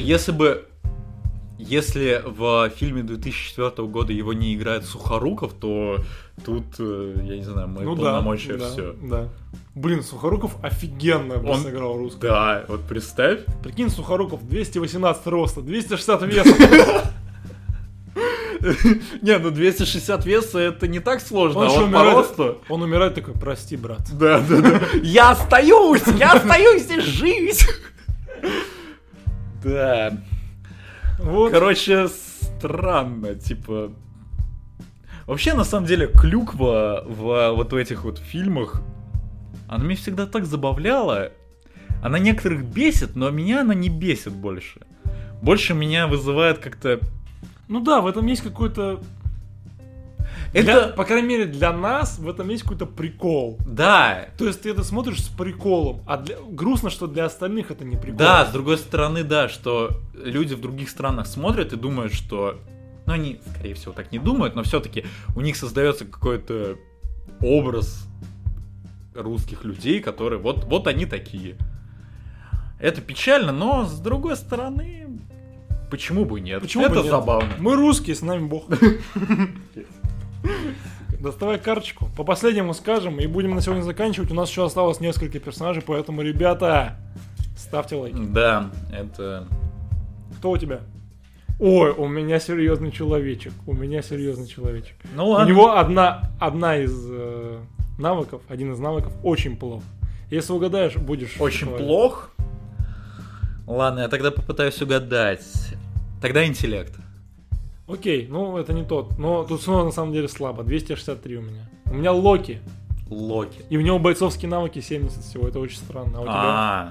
если в фильме 2004 года его не играет Сухоруков, то тут, я не знаю, мои полномочия все. Да. Блин, Сухоруков офигенно сыграл русского. Да, вот представь. Прикинь, Сухоруков 218 роста, 260 веса. Не, ну 260 веса это не так сложно, Он а что, вот по умирает? росту... Он умирает такой: прости, брат. Да. Я остаюсь здесь жить. Да. Вот. Короче, странно, типа... Вообще, на самом деле, клюква в вот этих вот фильмах, она меня всегда так забавляла. Она некоторых бесит, но меня она не бесит больше. Больше меня вызывает как-то... Ну да, в этом есть какой-то... Это... По крайней мере, для нас в этом есть какой-то прикол. Да. То есть ты это смотришь с приколом, а грустно, что для остальных это не прикол. Да, с другой стороны, да, что люди в других странах смотрят и думают, что... Ну, они, скорее всего, так не думают, но все-таки у них создается какой-то образ русских людей, которые вот они такие. Это печально, но с другой стороны, почему бы нет? Почему это бы нет? забавно. Мы русские, с нами Бог. Доставай карточку. По последнему скажем, и будем на сегодня заканчивать. У нас еще осталось несколько персонажей, поэтому, ребята, ставьте лайки. Да, это... Кто у тебя? Ой, у меня серьезный человечек. Ну ладно. У него одна из навыков, один из навыков очень плох. Если угадаешь, будешь... Очень шоколад. плох? Ладно, я тогда попытаюсь угадать. Тогда интеллект. Окей, ну это не тот. Но тут снова на самом деле слабо. 263 у меня. У меня Локи. И у него бойцовские навыки 70 всего. Это очень странно. А у тебя?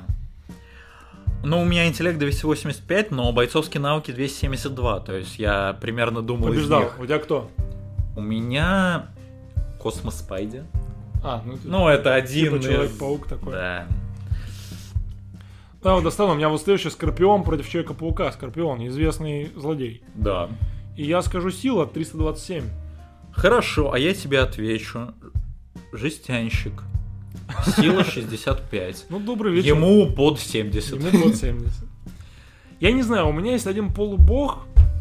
Ну, у меня интеллект 285, но бойцовские навыки 272. То есть я примерно думаю Побеждал. из них. У тебя кто? У меня Космос Спайди. Ну, это один типа из... Человек-паук такой. Да. Да, вот достал. У меня вот следующий Скорпион против Человека-паука. Скорпион, известный злодей. Да. И я скажу сила 327. Хорошо, а я тебе отвечу. Жестянщик. Сила 65. Ну, добрый вечер. Ему под 70. Ему под 70. Я не знаю, у меня есть один полубог.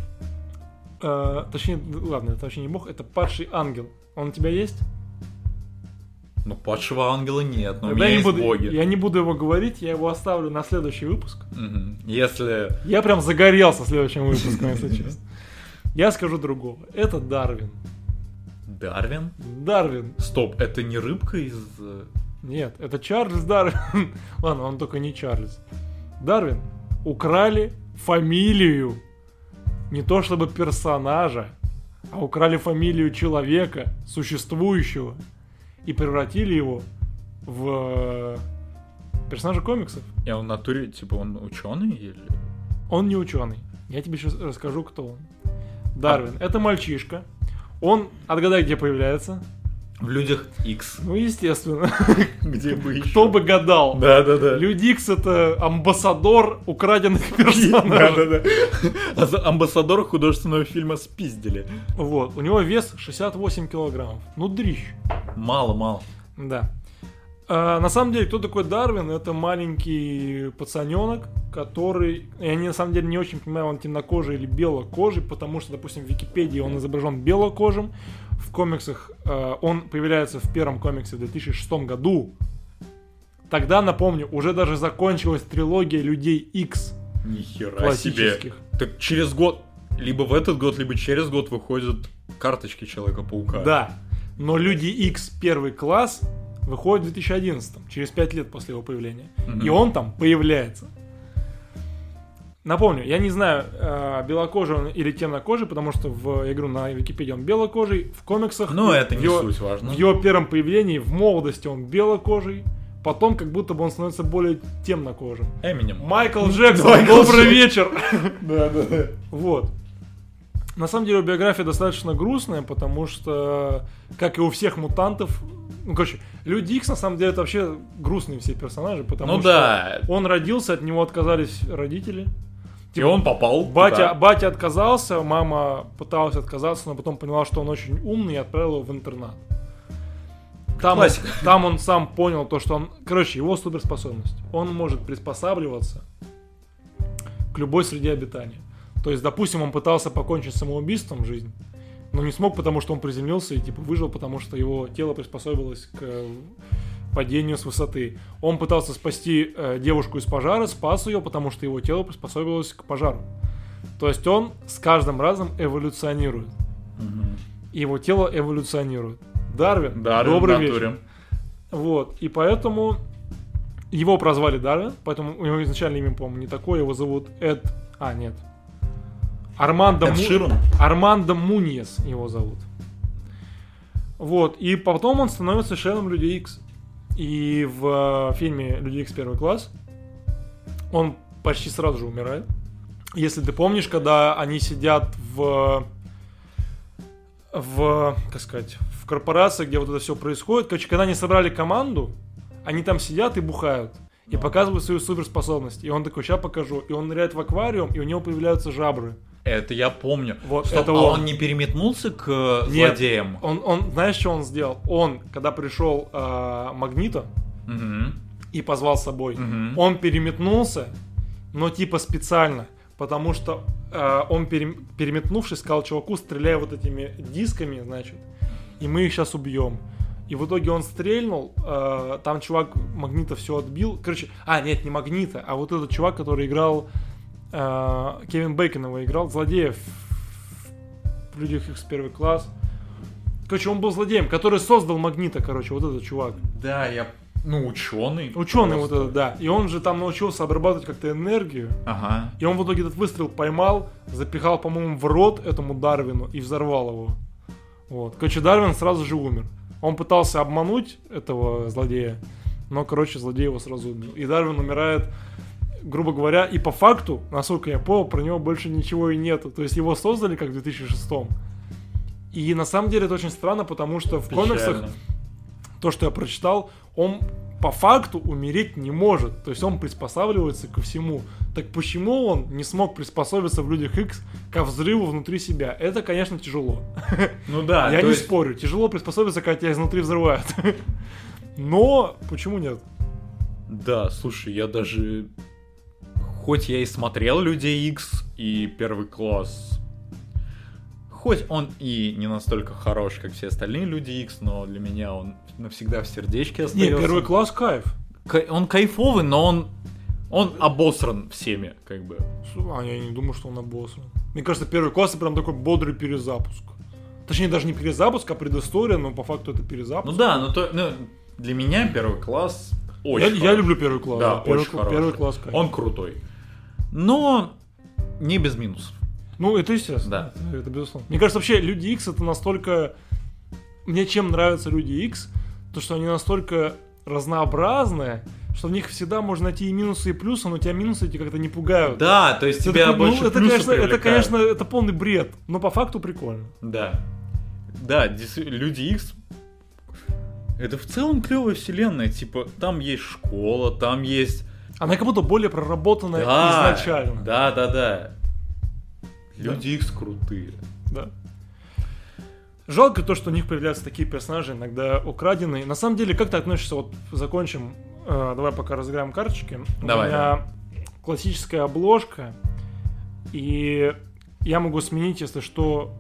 Точнее, ладно, это вообще не бог, это падший ангел. Он у тебя есть? Ну, падшего ангела нет, но у Тогда меня я есть не буду, боги. я не буду его говорить, я его оставлю на следующий выпуск. Если... Я прям загорелся следующим выпуском, если честно. Я скажу другого. Это Дарвин. Дарвин? Дарвин. Стоп, это не рыбка из... Нет, это Чарльз Дарвин. Ладно, он только не Чарльз. Дарвин. Украли фамилию. Не то чтобы персонажа, а украли фамилию человека, существующего, и превратили его в персонажа комиксов. И он в натуре, типа, он ученый или... Он не ученый. Я тебе сейчас расскажу, кто он. Дарвин. Это мальчишка. Он, отгадай, где появляется? В Людях Икс. Ну, естественно. Где бы еще? Кто бы гадал. Да. Люди Икс — это амбассадор украденных персонажей. Да. Амбассадор художественного фильма спиздили. Вот. У него вес 68 килограммов. Ну, дрищ. Мало. Да. На самом деле, кто такой Дарвин? Это маленький пацаненок, который... Я на самом деле не очень понимаю, он темнокожий или белокожий, потому что, допустим, в Википедии он изображен белокожим. В комиксах он появляется в первом комиксе в 2006 году. Тогда, напомню, уже даже закончилась трилогия Людей Икс. Нихера себе. Так через год, либо в этот год, либо через год выходят карточки Человека-паука. Да. Но Люди Икс первый класс выходит в 2011, через 5 лет после его появления. И он там появляется. Напомню, я не знаю, белокожий он или темнокожий, потому что в игру на Википедии он белокожий, в комиксах... Ну, это не суть важно. В его первом появлении, в молодости он белокожий, потом как будто бы он становится более темнокожим. Эминем. Майкл Джексон, добрый вечер! Да. Вот. На самом деле, биография достаточно грустная, потому что, как и у всех мутантов... Ну, короче, Люди Икс, на самом деле, это вообще грустные все персонажи, потому что он родился, от него отказались родители. И он попал Батя отказался, мама пыталась отказаться, но потом поняла, что он очень умный и отправила его в интернат. Там он сам понял то, что он... Короче, его суперспособность. Он может приспосабливаться к любой среде обитания. То есть, допустим, он пытался покончить самоубийством жизнь, но не смог, потому что он приземлился и типа выжил, потому что его тело приспособилось к падению с высоты. Он пытался спасти девушку из пожара, спас ее, потому что его тело приспособилось к пожару. То есть он с каждым разом эволюционирует. И его тело эволюционирует. Дарвин добрый вечер. Вот. И поэтому его прозвали Дарвин, поэтому у него изначально имя, по-моему, не такое, его зовут Армандо Муньес его зовут. Вот. И потом он становится членом Людей Икс. И в фильме Люди Икс первый класс он почти сразу же умирает. Если ты помнишь, когда они сидят в корпорации, где вот это все происходит. Короче, когда они собрали команду, они там сидят и бухают. И показывают свою суперспособность. И он такой, сейчас покажу. И он ныряет в аквариум, и у него появляются жабры. Это я помню. Вот, стоп, это он не переметнулся к злодеям? Он, знаешь, что он сделал? Он, когда пришел Магнито и позвал с собой, он переметнулся, но типа специально. Потому что он, переметнувшись, сказал чуваку, стреляй вот этими дисками, значит, и мы их сейчас убьем. И в итоге он стрельнул, там чувак Магнита все отбил. Короче, нет, не Магнита, а вот этот чувак, который играл, Кевин Бейкон его играл, злодея в Людях Икс первый класс. Короче, он был злодеем, который создал Магнита, короче, вот этот чувак. Да, ученый. Ученый вот этот, да. И он же там научился обрабатывать как-то энергию. Ага. И он в итоге этот выстрел поймал, запихал, по-моему, в рот этому Дарвину и взорвал его. Вот. Короче, Дарвин сразу же умер. Он пытался обмануть этого злодея, но, короче, злодей его сразу убил. И Дарвин умирает, грубо говоря, и по факту, насколько я понял, про него больше ничего и нету. То есть его создали как в 2006-м. И на самом деле это очень странно, потому что в комиксах, то, что я прочитал, он по факту умереть не может. То есть он приспосабливается ко всему. Так почему он не смог приспособиться в Людях Икс ко взрыву внутри себя? Это, конечно, тяжело. Ну да. Я не спорю. Тяжело приспособиться, когда тебя изнутри взрывают. Но почему нет? Да, слушай, я даже... Хоть я и смотрел Людей Икс и первый класс... Хоть он и не настолько хорош, как все остальные Люди Икс, но для меня он навсегда в сердечке остается. Не, первый класс кайф. Он кайфовый, но он обосран всеми, как бы. Я не думаю, что он обосран. Мне кажется, первый класс это прям такой бодрый перезапуск. Точнее, даже не перезапуск, а предыстория, но по факту это перезапуск. Ну да, для меня первый класс очень хороший. Я люблю первый класс. Да, очень хороший. Первый класс кайф. Он крутой. Но не без минусов. Ну, это естественно. Да. Это безусловно. Мне кажется, вообще Люди Икс это настолько... Мне чем нравятся Люди Икс, то что они настолько разнообразные, что в них всегда можно найти и минусы, и плюсы, но тебя минусы эти как-то не пугают. Да, то есть это тебя такой, больше плюсов привлекает. Это, конечно, это полный бред, но по факту прикольно. Да. Да, Люди Икс это в целом клевая вселенная. Типа, там есть школа, там есть... Она как будто более проработанная изначально. Да. Люди Икс крутые. Да. Жалко то, что у них появляются такие персонажи, иногда украденные. На самом деле, как ты относишься, вот закончим, давай пока разыграем карточки. Давай. У меня классическая обложка, и я могу сменить, если что,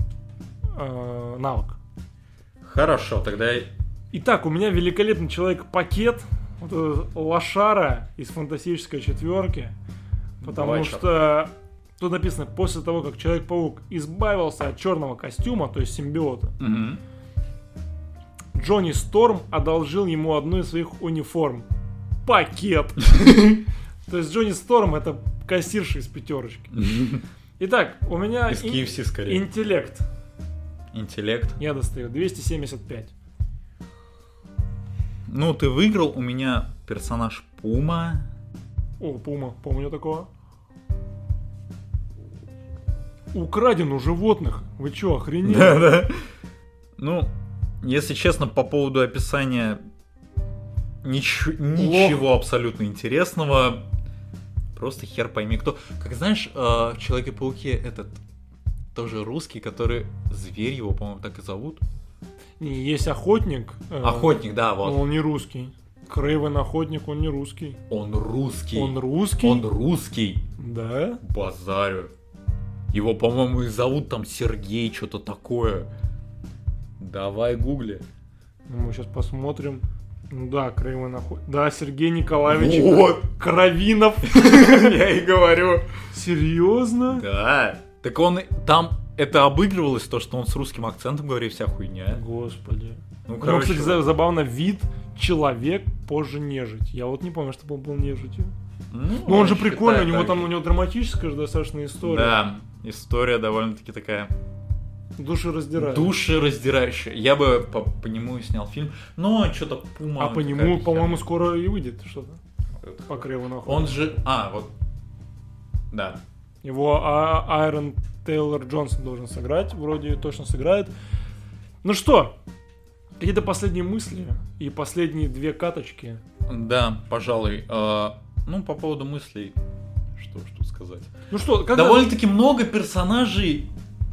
навык. Хорошо, тогда... Итак, у меня великолепный человек-пакет, вот лошара из фантастической четверки, потому что... Тут написано, после того, как Человек-паук избавился от черного костюма, то есть симбиота, Джонни Сторм одолжил ему одну из своих униформ. Пакет. То есть Джонни Сторм это кассирша из пятерочки. Итак, у меня Из KFC скорее. интеллект. Интеллект. Я достаю 275. Ну, ты выиграл, у меня персонаж Пума. О, Пума, помню такого. Украден у животных. Вы чё, охренели? Да. Ну, если честно, по поводу описания ничего абсолютно интересного. Просто хер пойми кто. Как знаешь, в Человеке-пауке этот тоже русский, который зверь его, по-моему, так и зовут. Есть охотник. Охотник, да, вот. Но он не русский. Крейвен охотник, он не русский. Он русский. Он русский? Он русский. Да? Базарю. Его, по-моему, и зовут там Сергей, что-то такое. Давай гугли. Мы сейчас посмотрим. Ну да, Крейвен охотник. Да, Сергей Николаевич Вот. Кровинов. Я и говорю. Серьезно? Да. Так он там это обыгрывалось, то, что он с русским акцентом говорит вся хуйня. Господи. Ну, Ну, кстати, забавно, вид человек позже нежить. Я вот не помню, чтобы он был нежитью. Ну, он же прикольный, у него там, у него драматическая же достаточно история. Да, история довольно-таки такая Душераздирающая. Я бы по нему и снял фильм. Но что-то Пума... А по нему, по-моему, скоро и выйдет что-то. По Крейвену охотнику. Он же... вот. Да. Его Айрон Тейлор Джонсон должен сыграть. Вроде точно сыграет. Ну что, какие-то последние мысли и последние две каточки. Да, пожалуй. Ну, по поводу мыслей, что ж тут сказать. Ну что, довольно-таки много персонажей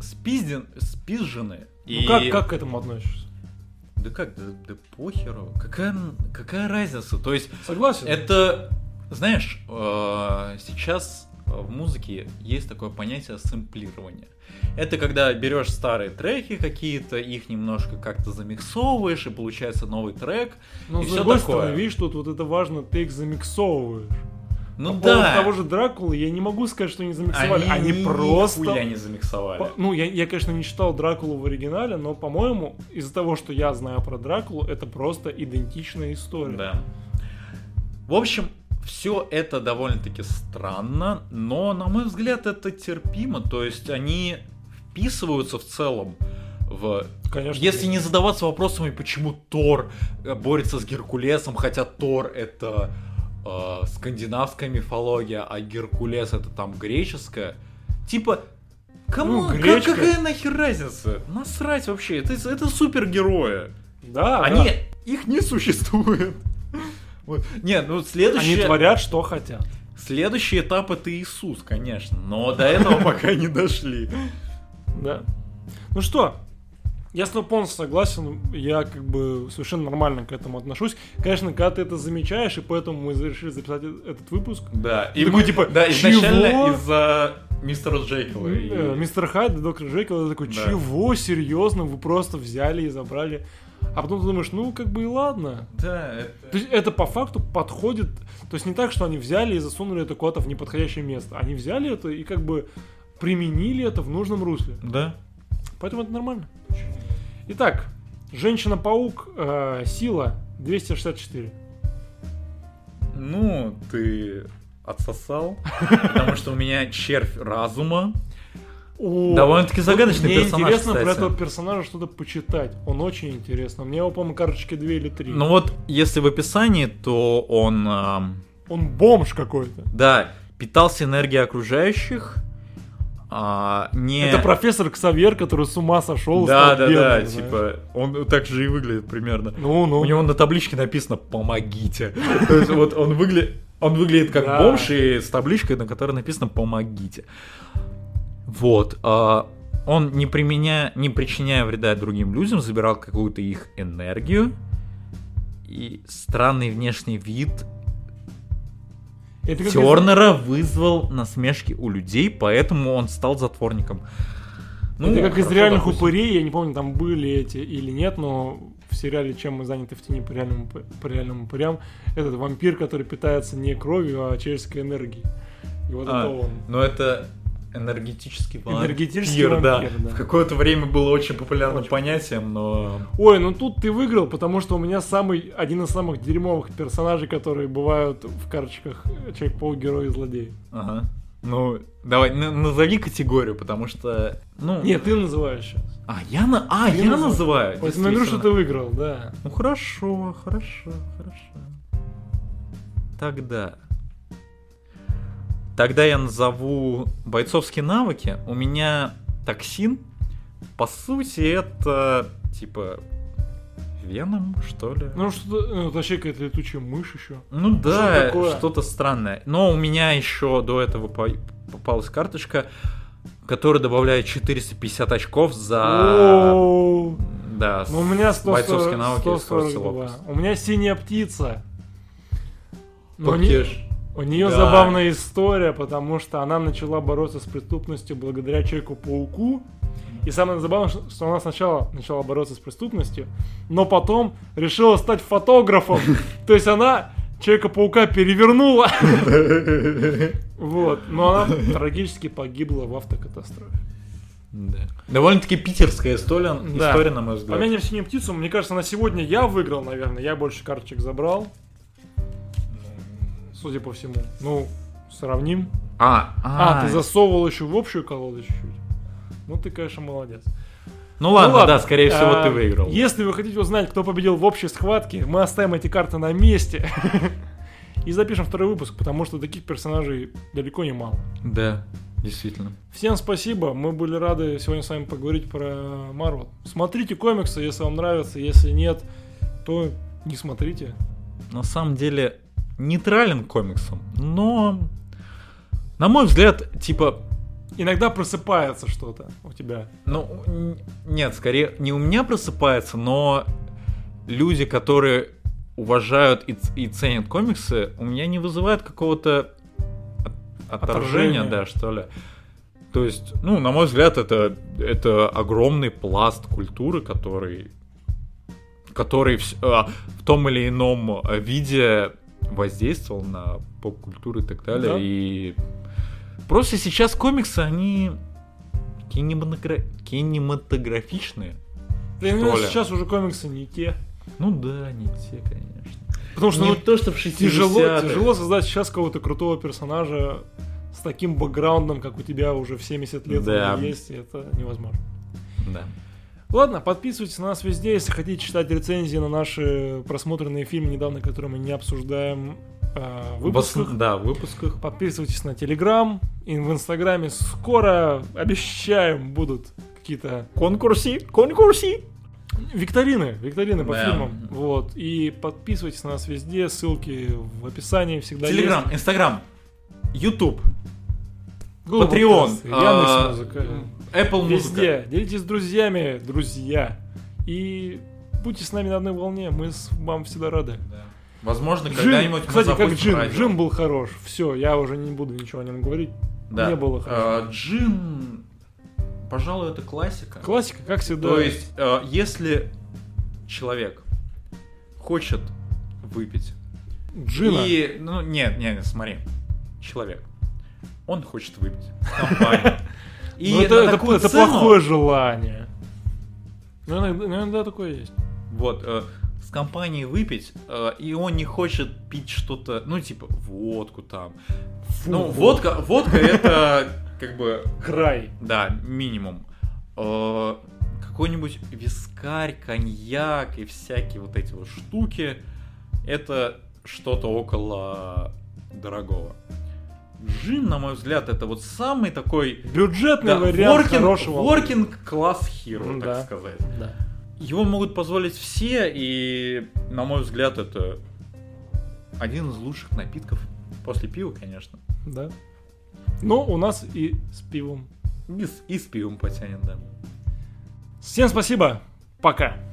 спизжены. Ну как к этому относишься? Да как, да похеру. Какая разница? То есть, согласен. Это, знаешь, сейчас в музыке есть такое понятие сэмплирования. Это когда берешь старые треки какие-то, их немножко как-то замиксовываешь, и получается новый трек. Но и с все другой такое. стороны, видишь, тут вот это важно, ты их замиксовываешь. Ну по да. поводу того же Дракулы, я не могу сказать, что они замиксовали. Они просто... Нихуя не замиксовали. Ну, я, конечно, не читал Дракулу в оригинале, но, по-моему, из-за того, что я знаю про Дракулу, это просто идентичная история. Да. В общем, все это довольно-таки странно, но, на мой взгляд, это терпимо. То есть они вписываются в целом в... Конечно. Если не задаваться вопросами, почему Тор борется с Геркулесом, хотя Тор это скандинавская мифология, а Геркулес это там греческая. Типа, кому какая нахер разница? Насрать вообще, это супергерои. Да, их не существует. Вот. Не, ну следующее... Они творят, что хотят. Следующий этап это Иисус, конечно, но до этого пока не дошли. Да. Ну что, я с тобой полностью согласен, я как бы совершенно нормально к этому отношусь. Конечно, когда ты это замечаешь, и поэтому мы решили записать этот выпуск. Да, и такой, мы типа, да, изначально чего? из-за мистера Джекила. Мистер Хайд и доктор Джекил, такой, Да. чего, серьезно, вы просто взяли и забрали. А потом ты думаешь, ну, как бы и ладно. Да, То есть это по факту подходит, то есть не так, что они взяли и засунули это куда-то в неподходящее место. Они взяли это и как бы применили это в нужном русле. Да. Поэтому это нормально. Итак, Женщина-паук, сила 264. Ну, ты отсосал, потому что у меня червь разума. Довольно-таки загадочный мне персонаж, интересно кстати. про этого персонажа что-то почитать. Он очень интересно. Мне его, по-моему, карточки 2 или 3. Ну вот, если в описании, то он... Он бомж какой-то. Да, питался энергией окружающих. Это профессор Ксавьер, который с ума сошел. Да, стал бедным, знаешь. типа, он так же и выглядит примерно. Ну. У него на табличке написано «Помогите». То есть вот он выглядит как бомж, и с табличкой, на которой написано «Помогите». Вот. Он, не причиняя вреда другим людям, забирал какую-то их энергию. И странный внешний вид Тернера вызвал насмешки у людей, поэтому он стал затворником. Это как из реальных упырей, я не помню, там были эти или нет, но в сериале «Чем мы заняты в тени по реальным упырям», этот вампир, который питается не кровью, а человеческой энергией. И вот это он. Ну это Энергетический Энергетический вампир, вампир, да. В какое-то время было очень популярным понятием, но... Ой, ну тут ты выиграл, потому что у меня один из самых дерьмовых персонажей, которые бывают в карточках Человек-паук, Герой и Злодей. Ага. Ну, давай, назови категорию, потому что... Ну... Нет, ты называешь сейчас. Я называю? Вот смотрю, что ты выиграл, да. Ну хорошо. Тогда я назову бойцовские навыки. У меня токсин. По сути, это типа Веном, что ли? Ну, что-то, точнее, какая-то летучая мышь еще. Ну да, что-то странное. Но у меня еще до этого попалась карточка, которая добавляет 450 очков за... Да, у меня 140, бойцовские навыки и скорость ловкость. У меня синяя птица. Покеш. У нее забавная история, потому что она начала бороться с преступностью благодаря Человеку-пауку. И самое забавное, что она сначала начала бороться с преступностью, но потом решила стать фотографом. То есть она Человека-паука перевернула. Вот. Но она трагически погибла в автокатастрофе. Да. Довольно-таки питерская история, на мой взгляд. Помянем синюю птицу. Мне кажется, на сегодня я выиграл, наверное. Я больше карточек забрал. Судя по всему. Ну, сравним. Ты засовывал еще в общую колоду чуть-чуть. Ну, ты, конечно, молодец. Ну ладно, да, скорее всего, ты выиграл. Если вы хотите узнать, кто победил в общей схватке, мы оставим эти карты на месте. И запишем второй выпуск, потому что таких персонажей далеко не мало. Да, действительно. Всем спасибо. Мы были рады сегодня с вами поговорить про Marvel. Смотрите комиксы, если вам нравится. Если нет, то не смотрите. На самом деле... нейтрален к комиксам, но, на мой взгляд, типа... Иногда просыпается что-то у тебя. Ну, нет, скорее, не у меня просыпается, но люди, которые уважают и ценят комиксы, у меня не вызывают какого-то отторжения, да, что ли. То есть, ну, на мой взгляд, это огромный пласт культуры, который в том или ином виде воздействовал на поп-культуру и так далее. Да. И просто сейчас комиксы, они кинематографичные. Сейчас уже комиксы не те. Ну да, не те, конечно. Потому что не то, что в 60-х. Тяжело создать сейчас какого-то крутого персонажа с таким бэкграундом, как у тебя уже в 70 лет есть, и это невозможно. Да. Ладно, подписывайтесь на нас везде, если хотите читать рецензии на наши просмотренные фильмы недавно, которые мы не обсуждаем в выпусках. Да, в выпусках. Подписывайтесь на Телеграм и в Инстаграме. Скоро, обещаем, будут какие-то конкурсы. Викторины по фильмам. Вот. И подписывайтесь на нас везде, ссылки в описании всегда есть. Телеграм, Инстаграм, Ютуб, Google Patreon, Яндекс.Музыка. Apple Везде. Music. Делитесь с друзьями, друзья. И будьте с нами на одной волне. Мы вам всегда рады. Да. Возможно, когда-нибудь мы запустим. Кстати, как Джин был хорош. Все, я уже не буду ничего о нем говорить. Да. Не было хорошо. Джин, пожалуй, это классика. Классика, как всегда. То есть, если человек хочет выпить Джина. И, ну, нет, смотри. Человек. Он хочет выпить в компании. И это плохое желание. Ну, иногда такое есть. Вот, с компанией выпить, и он не хочет пить что-то, ну, типа, водку там. Ну, водка это, как бы... Край. Да, минимум. Какой-нибудь вискарь, коньяк и всякие вот эти вот штуки, это что-то около дорогого. Джин, на мой взгляд, это вот самый такой... бюджетный вариант хорошего. Working class hero, так сказать. Да. Его могут позволить все, и, на мой взгляд, это один из лучших напитков. После пива, конечно. Да. Но у нас и с пивом. И с пивом потянет, да. Всем спасибо. Пока.